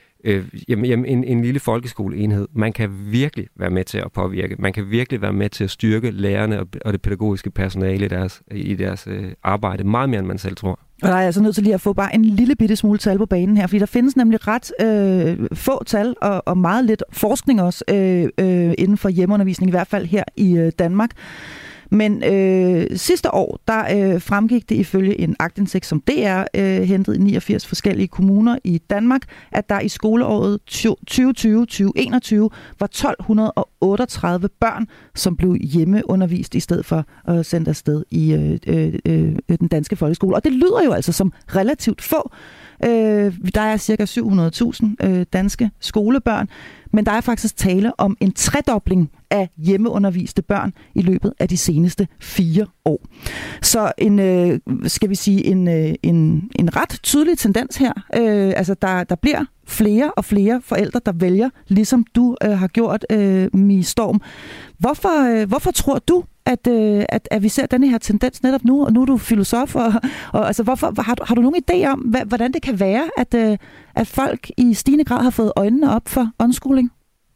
en lille folkeskoleenhed. Man kan virkelig være med til at påvirke. Man kan virkelig være med til at styrke lærerne og det pædagogiske personale i deres arbejde. Meget mere, end man selv tror. Og der er jeg så nødt til lige at få bare en lille bitte smule tal på banen her, fordi der findes nemlig ret få tal og meget lidt forskning også inden for hjemmeundervisning, i hvert fald her i Danmark. Men sidste år, der fremgik det ifølge en aktindsigt, som DR hentede i 89 forskellige kommuner i Danmark, at der i skoleåret 2020-2021 var 1238 børn, som blev hjemmeundervist i stedet for at sende afsted i den danske folkeskole. Og det lyder jo altså som relativt få. Der er cirka 700.000 danske skolebørn, men der er faktisk tale om en tredobling af hjemmeunderviste børn i løbet af de seneste 4 år. Så skal vi sige en ret tydelig tendens her. Altså der bliver flere og flere forældre, der vælger, ligesom du har gjort, Mie Storm. Hvorfor tror du, at vi ser denne her tendens netop nu, og nu er du filosof, og altså, hvorfor, har du nogen idé om, hvordan det kan være, at folk i stigende grad har fået øjnene op for unschooling?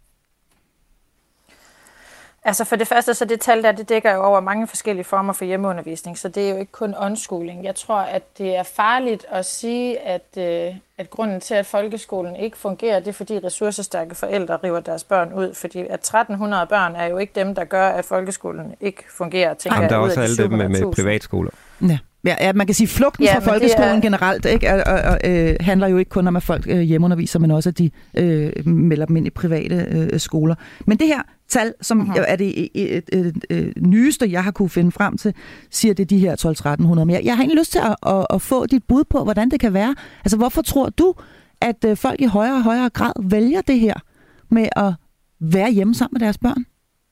Altså for det første, så det tal der, det dækker jo over mange forskellige former for hjemmeundervisning, så det er jo ikke kun unschooling. Jeg tror, at det er farligt at sige, at grunden til, at folkeskolen ikke fungerer, det er, fordi ressourcestærke forældre river deres børn ud. Fordi at 1300 børn er jo ikke dem, der gør, at folkeskolen ikke fungerer. Jamen, der er også alle dem med privatskoler. Ja, man kan sige, flugten fra folkeskolen generelt ikke, handler jo ikke kun om, at folk hjemmeunderviser, men også, at de melder dem ind i private skoler. Men det her tal, som er det nyeste, jeg har kunne finde frem til, siger det de her 1200-1300. Men jeg har egentlig lyst til at få dit bud på, hvordan det kan være. Altså, hvorfor tror du, at folk i højere og højere grad vælger det her med at være hjemme sammen med deres børn?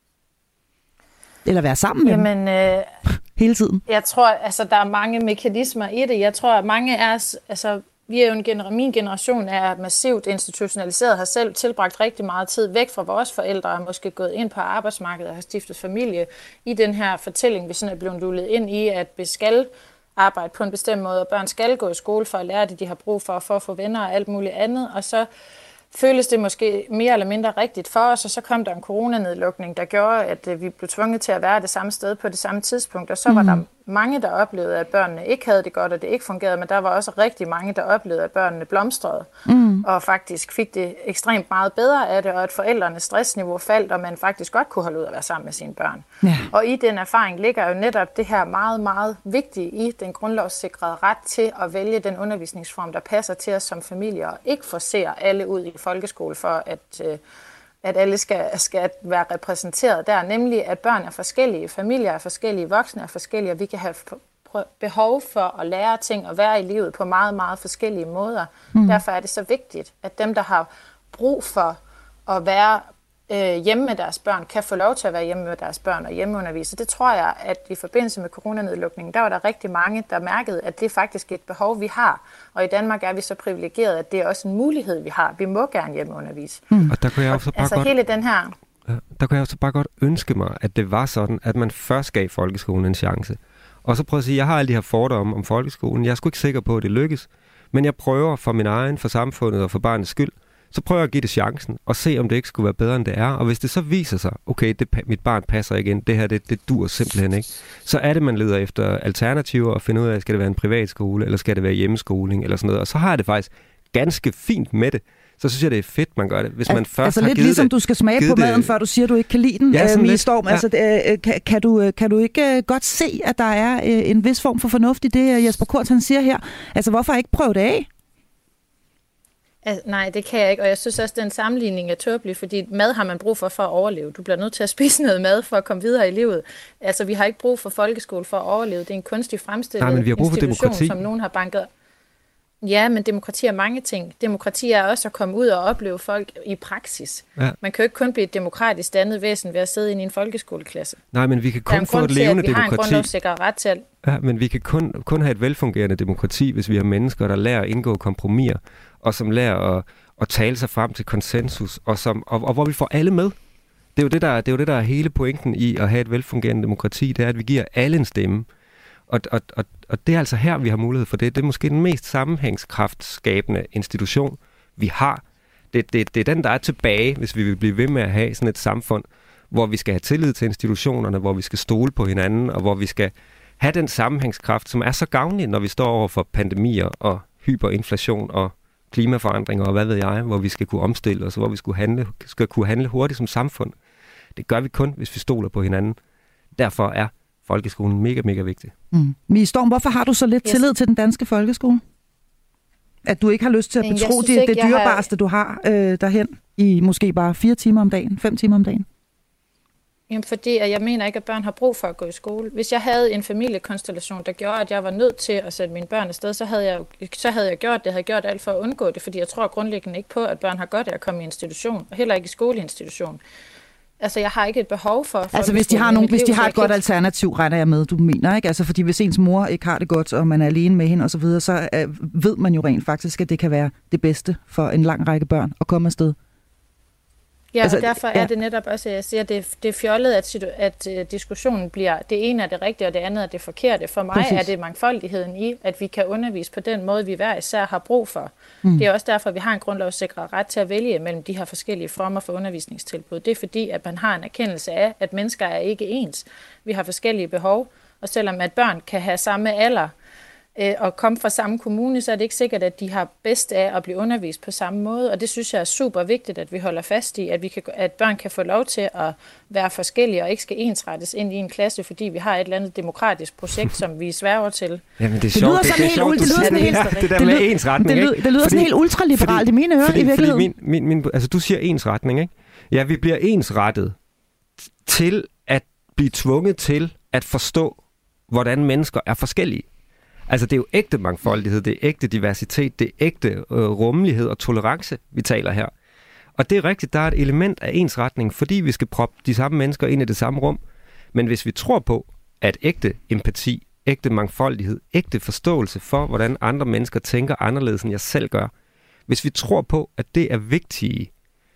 Eller være sammen med dem? Hele tiden. Jeg tror, altså, der er mange mekanismer i det. Jeg tror, at mange af os, altså, vi er jo min generation er massivt institutionaliseret, har selv tilbragt rigtig meget tid væk fra vores forældre, og måske gået ind på arbejdsmarkedet og har stiftet familie i den her fortælling, vi sådan er blevet lullet ind i, at vi skal arbejde på en bestemt måde, og børn skal gå i skole for at lære det, de har brug for at få venner og alt muligt andet, og så føles det måske mere eller mindre rigtigt for os, og så kom der en coronanedlukning, der gjorde, at vi blev tvunget til at være det samme sted på det samme tidspunkt, og så var der mange, der oplevede, at børnene ikke havde det godt, og det ikke fungerede, men der var også rigtig mange, der oplevede, at børnene blomstrede, og faktisk fik det ekstremt meget bedre af det, og at forældrenes stressniveau faldt, og man faktisk godt kunne holde ud at være sammen med sine børn. Ja. Og i den erfaring ligger jo netop det her meget, meget vigtige i den grundlovssikrede ret til at vælge den undervisningsform, der passer til os som familie, og ikke forcere alle ud i folkeskole for, at alle skal være repræsenteret der, nemlig at børn er forskellige, familier er forskellige, voksne er forskellige, og vi kan have behov for at lære ting og være i livet på meget, meget forskellige måder. Derfor er det så vigtigt, at dem, der har brug for at være hjemme med deres børn, kan få lov til at være hjemme med deres børn og hjemmeundervise. Det tror jeg, at i forbindelse med coronanedlukningen, der var der rigtig mange, der mærkede, at det er faktisk et behov, vi har. Og i Danmark er vi så privilegeret, at det er også en mulighed, vi har. Vi må gerne hjemmeundervise. Og der kunne jeg også bare hele den her... Der kunne jeg også bare godt ønske mig, at det var sådan, at man først gav folkeskolen en chance. Og så prøve at sige, jeg har alle de her fordomme om folkeskolen. Jeg er sgu ikke sikker på, at det lykkes. Men jeg prøver for min egen, for samfundet og for barnets skyld, så prøver jeg at give det chancen, og se, om det ikke skulle være bedre, end det er. Og hvis det så viser sig, okay, mit barn passer ikke ind, det her, det dur simpelthen ikke, så er det, man leder efter alternativer og finder ud af, skal det være en privatskole, eller skal det være hjemmeskoling, eller sådan noget. Og så har jeg det faktisk ganske fint med det. Så synes jeg, det er fedt, man gør det. Hvis man først har lidt ligesom du skal smage på maden, før du siger, du ikke kan lide den, Mie Storm. Ja. Altså, kan du ikke godt se, at der er en vis form for fornuft i det, Jesper Kurz, han siger her? Altså, hvorfor ikke prøve det af? Altså, nej, det kan jeg ikke, og jeg synes også, at den sammenligning er tåbelig, fordi mad har man brug for at overleve. Du bliver nødt til at spise noget mad for at komme videre i livet. Altså, vi har ikke brug for folkeskole for at overleve. Det er en kunstig fremstillet institution, som nogen har banket. Ja, men demokrati er mange ting. Demokrati er også at komme ud og opleve folk i praksis. Ja. Man kan jo ikke kun blive et demokratisk dannet væsen ved at sidde inde i en folkeskoleklasse. Nej, men vi kan kun få et levende demokrati. Der er en grund til, at vi har en grundlovssikret ret til at... Ja, men vi kan kun have et velfungerende demokrati, hvis vi har mennesker, der lærer at indgå kompromiser, og som lærer at tale sig frem til konsensus, og hvor vi får alle med. Det er jo det, der er hele pointen i at have et velfungerende demokrati, det er, at vi giver alle en stemme. Og det er altså her, vi har mulighed for det. Det er måske den mest sammenhængskraftskabende institution, vi har. Det er den, der er tilbage, hvis vi vil blive ved med at have sådan et samfund, hvor vi skal have tillid til institutionerne, hvor vi skal stole på hinanden, og hvor vi skal have den sammenhængskraft, som er så gavnlig, når vi står over for pandemier og hyperinflation og klimaforandringer og hvad ved jeg, hvor vi skal kunne omstille os, hvor vi skal kunne handle hurtigt som samfund. Det gør vi kun, hvis vi stoler på hinanden. Derfor er folkeskolen mega, mega vigtig. Mie Storm, hvorfor har du så lidt tillid til den danske folkeskole? At du ikke har lyst til at betro det dyrebareste, du har derhen i måske bare 4 timer om dagen, 5 timer om dagen? Jamen, fordi jeg mener ikke, at børn har brug for at gå i skole. Hvis jeg havde en familiekonstellation, der gjorde, at jeg var nødt til at sætte mine børn afsted, så havde jeg gjort det. Jeg havde gjort alt for at undgå det, fordi jeg tror grundlæggende ikke på, at børn har godt af at komme i institution, og heller ikke i skoleinstitution. Altså, jeg har ikke et behov for... Altså, hvis de har et godt alternativ, regner jeg med, du mener, ikke? Altså, fordi hvis ens mor ikke har det godt, og man er alene med hende osv., så ved man jo rent faktisk, at det kan være det bedste for en lang række børn at komme afsted. Ja, og derfor er det netop også, at jeg siger, at det er fjollet, at diskussionen bliver, det ene er det rigtige, og det andet er det forkerte. For mig er det mangfoldigheden i, at vi kan undervise på den måde, vi hver især har brug for. Det er også derfor, at vi har en grundlovssikret ret til at vælge mellem de her forskellige former for undervisningstilbud. Det er fordi, at man har en erkendelse af, at mennesker er ikke ens. Vi har forskellige behov, og selvom at børn kan have samme alder, og komme fra samme kommune, så er det ikke sikkert, at de har bedst af at blive undervist på samme måde. Og det synes jeg er super vigtigt, at vi holder fast i, at børn kan få lov til at være forskellige og ikke skal ensrettes ind i en klasse, fordi vi har et eller andet demokratisk projekt, som vi sværger til. Jamen det er sjovt. Det der med ensretning. Det lyder sådan helt ultraliberalt i mine ører i virkeligheden. Altså du siger ensretning, ikke? Ja, vi bliver ensrettet til at blive tvunget til at forstå, hvordan mennesker er forskellige. Altså det er jo ægte mangfoldighed, det er ægte diversitet, det er ægte rummelighed og tolerance, vi taler her. Og det er rigtigt, der er et element af ensretning, fordi vi skal proppe de samme mennesker ind i det samme rum. Men hvis vi tror på, at ægte empati, ægte mangfoldighed, ægte forståelse for, hvordan andre mennesker tænker anderledes, end jeg selv gør, hvis vi tror på, at det er vigtige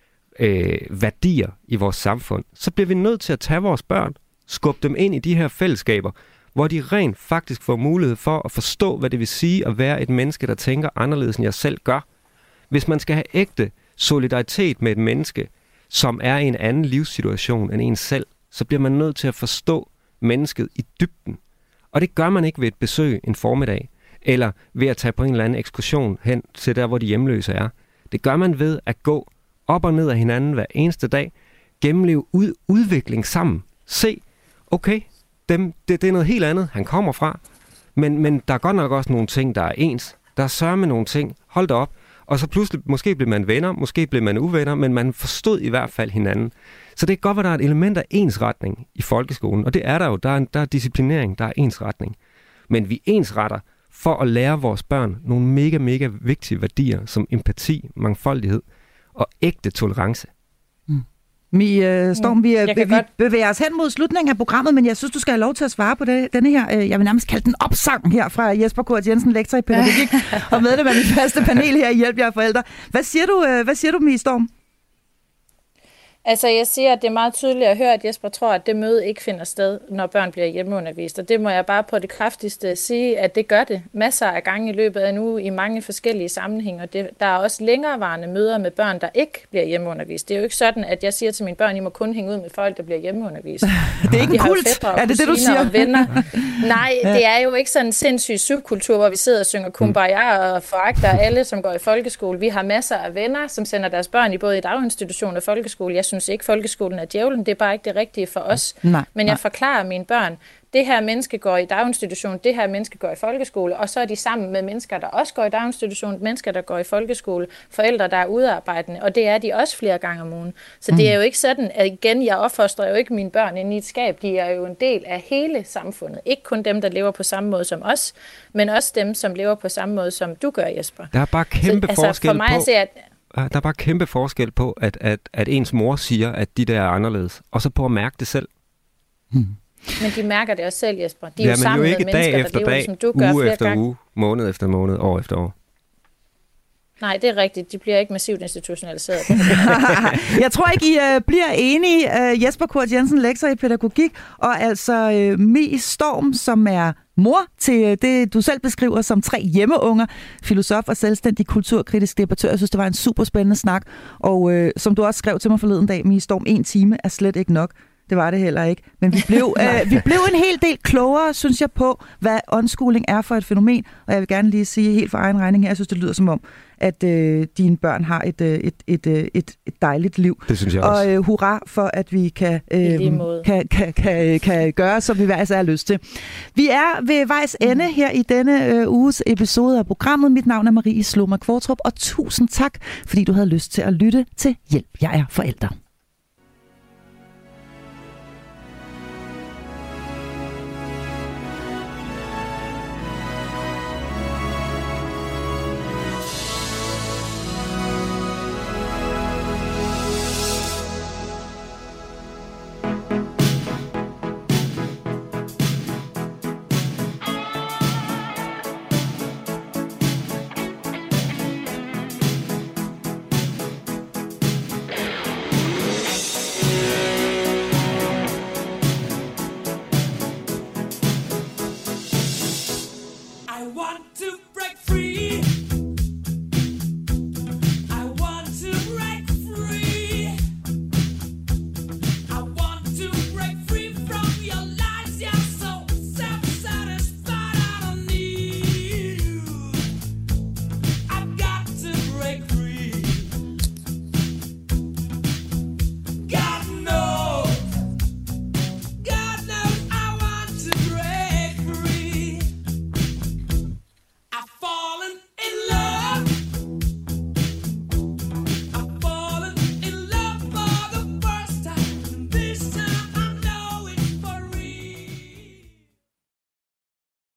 værdier i vores samfund, så bliver vi nødt til at tage vores børn, skubbe dem ind i de her fællesskaber, hvor de rent faktisk får mulighed for at forstå, hvad det vil sige at være et menneske, der tænker anderledes, end jeg selv gør. Hvis man skal have ægte solidaritet med et menneske, som er i en anden livssituation end en selv, så bliver man nødt til at forstå mennesket i dybden. Og det gør man ikke ved et besøg en formiddag, eller ved at tage på en eller anden ekskursion hen til der, hvor de hjemløse er. Det gør man ved at gå op og ned af hinanden hver eneste dag, gennemleve udvikling sammen. Se, okay, det er noget helt andet, han kommer fra. Men der er godt nok også nogle ting, der er ens. Der er sørme nogle ting. Hold da op. Og så pludselig, måske bliver man venner, måske bliver man uvenner, men man forstod i hvert fald hinanden. Så det kan godt være, der er et element af ensretning i folkeskolen. Og det er der jo. Der er disciplinering, der er ensretning. Men vi ensretter for at lære vores børn nogle mega, mega vigtige værdier, som empati, mangfoldighed og ægte tolerance. Storm, vi bevæger os hen mod slutningen af programmet, men jeg synes, du skal have lov til at svare på denne her, jeg vil nærmest kalde den opsang her fra Jesper Kurt Jensen, lektor i pædagogik, og medlem af mit faste panel her i Hjælp jer forældre. Hvad siger du, Mie Storm? Altså, jeg siger, at det er meget tydeligt at høre, at Jesper tror, at det møde ikke finder sted, når børn bliver hjemmeundervist. Og det må jeg bare på det kraftigste sige, at det gør det masser af gange i løbet af en uge i mange forskellige sammenhænge. Og der er også længerevarende møder med børn, der ikke bliver hjemmeundervist. Det er jo ikke sådan, at jeg siger til mine børn, I må kun hænge ud med folk, der bliver hjemmeundervist. Det er ikke en kult. Er det det, du siger? Og venner. Nej, det er jo ikke sådan en sindssyg subkultur, hvor vi sidder og synger kumbaya og foragter alle, som går i folkeskole. Vi har masser af venner, som sender deres børn i både i daginstitution og folkeskole. Jeg synes ikke, folkeskolen er djævlen. Det er bare ikke det rigtige for os. Men jeg forklarer mine børn, det her menneske går i daginstitution, det her menneske går i folkeskole, og så er de sammen med mennesker, der også går i daginstitution, mennesker, der går i folkeskole, forældre, der er udarbejdende, og det er de også flere gange om ugen. Så det er jo ikke sådan, at igen, jeg opfostrer jo ikke mine børn inde i et skab. De er jo en del af hele samfundet. Ikke kun dem, der lever på samme måde som os, men også dem, som lever på samme måde, som du gør, Jesper. Der er bare kæmpe forskel på... Der er bare kæmpe forskel på, at ens mor siger, at de der er anderledes, og så på at mærke det selv. Men de mærker det også selv, Jesper. De er jo sammen med mennesker, der lever, som du gør flere gange. Uge, måned efter måned, år efter år. Nej, det er rigtigt. De bliver ikke massivt institutionaliseret. Jeg tror ikke, I bliver enige. Jesper Kurt Jensen, lektor i pædagogik, og altså Mie Storm, som er mor til det, du selv beskriver som 3 hjemmeunger, filosof og selvstændig kulturkritisk debattør. Jeg synes, det var en super spændende snak. Og som du også skrev til mig forleden dag, Mie Storm, 1 time er slet ikke nok. Det var det heller ikke. Men vi blev en hel del klogere, synes jeg, på, hvad unschooling er for et fænomen. Og jeg vil gerne lige sige helt for egen regning her, jeg synes, det lyder som om, at dine børn har et dejligt liv. Det synes jeg også. Og hurra for, at vi kan gøre, som vi hver især har lyst til. Vi er ved vejs ende her i denne uges episode af programmet. Mit navn er Marie Sloma Kvartrup, og tusind tak, fordi du havde lyst til at lytte til Hjælp jer forældre.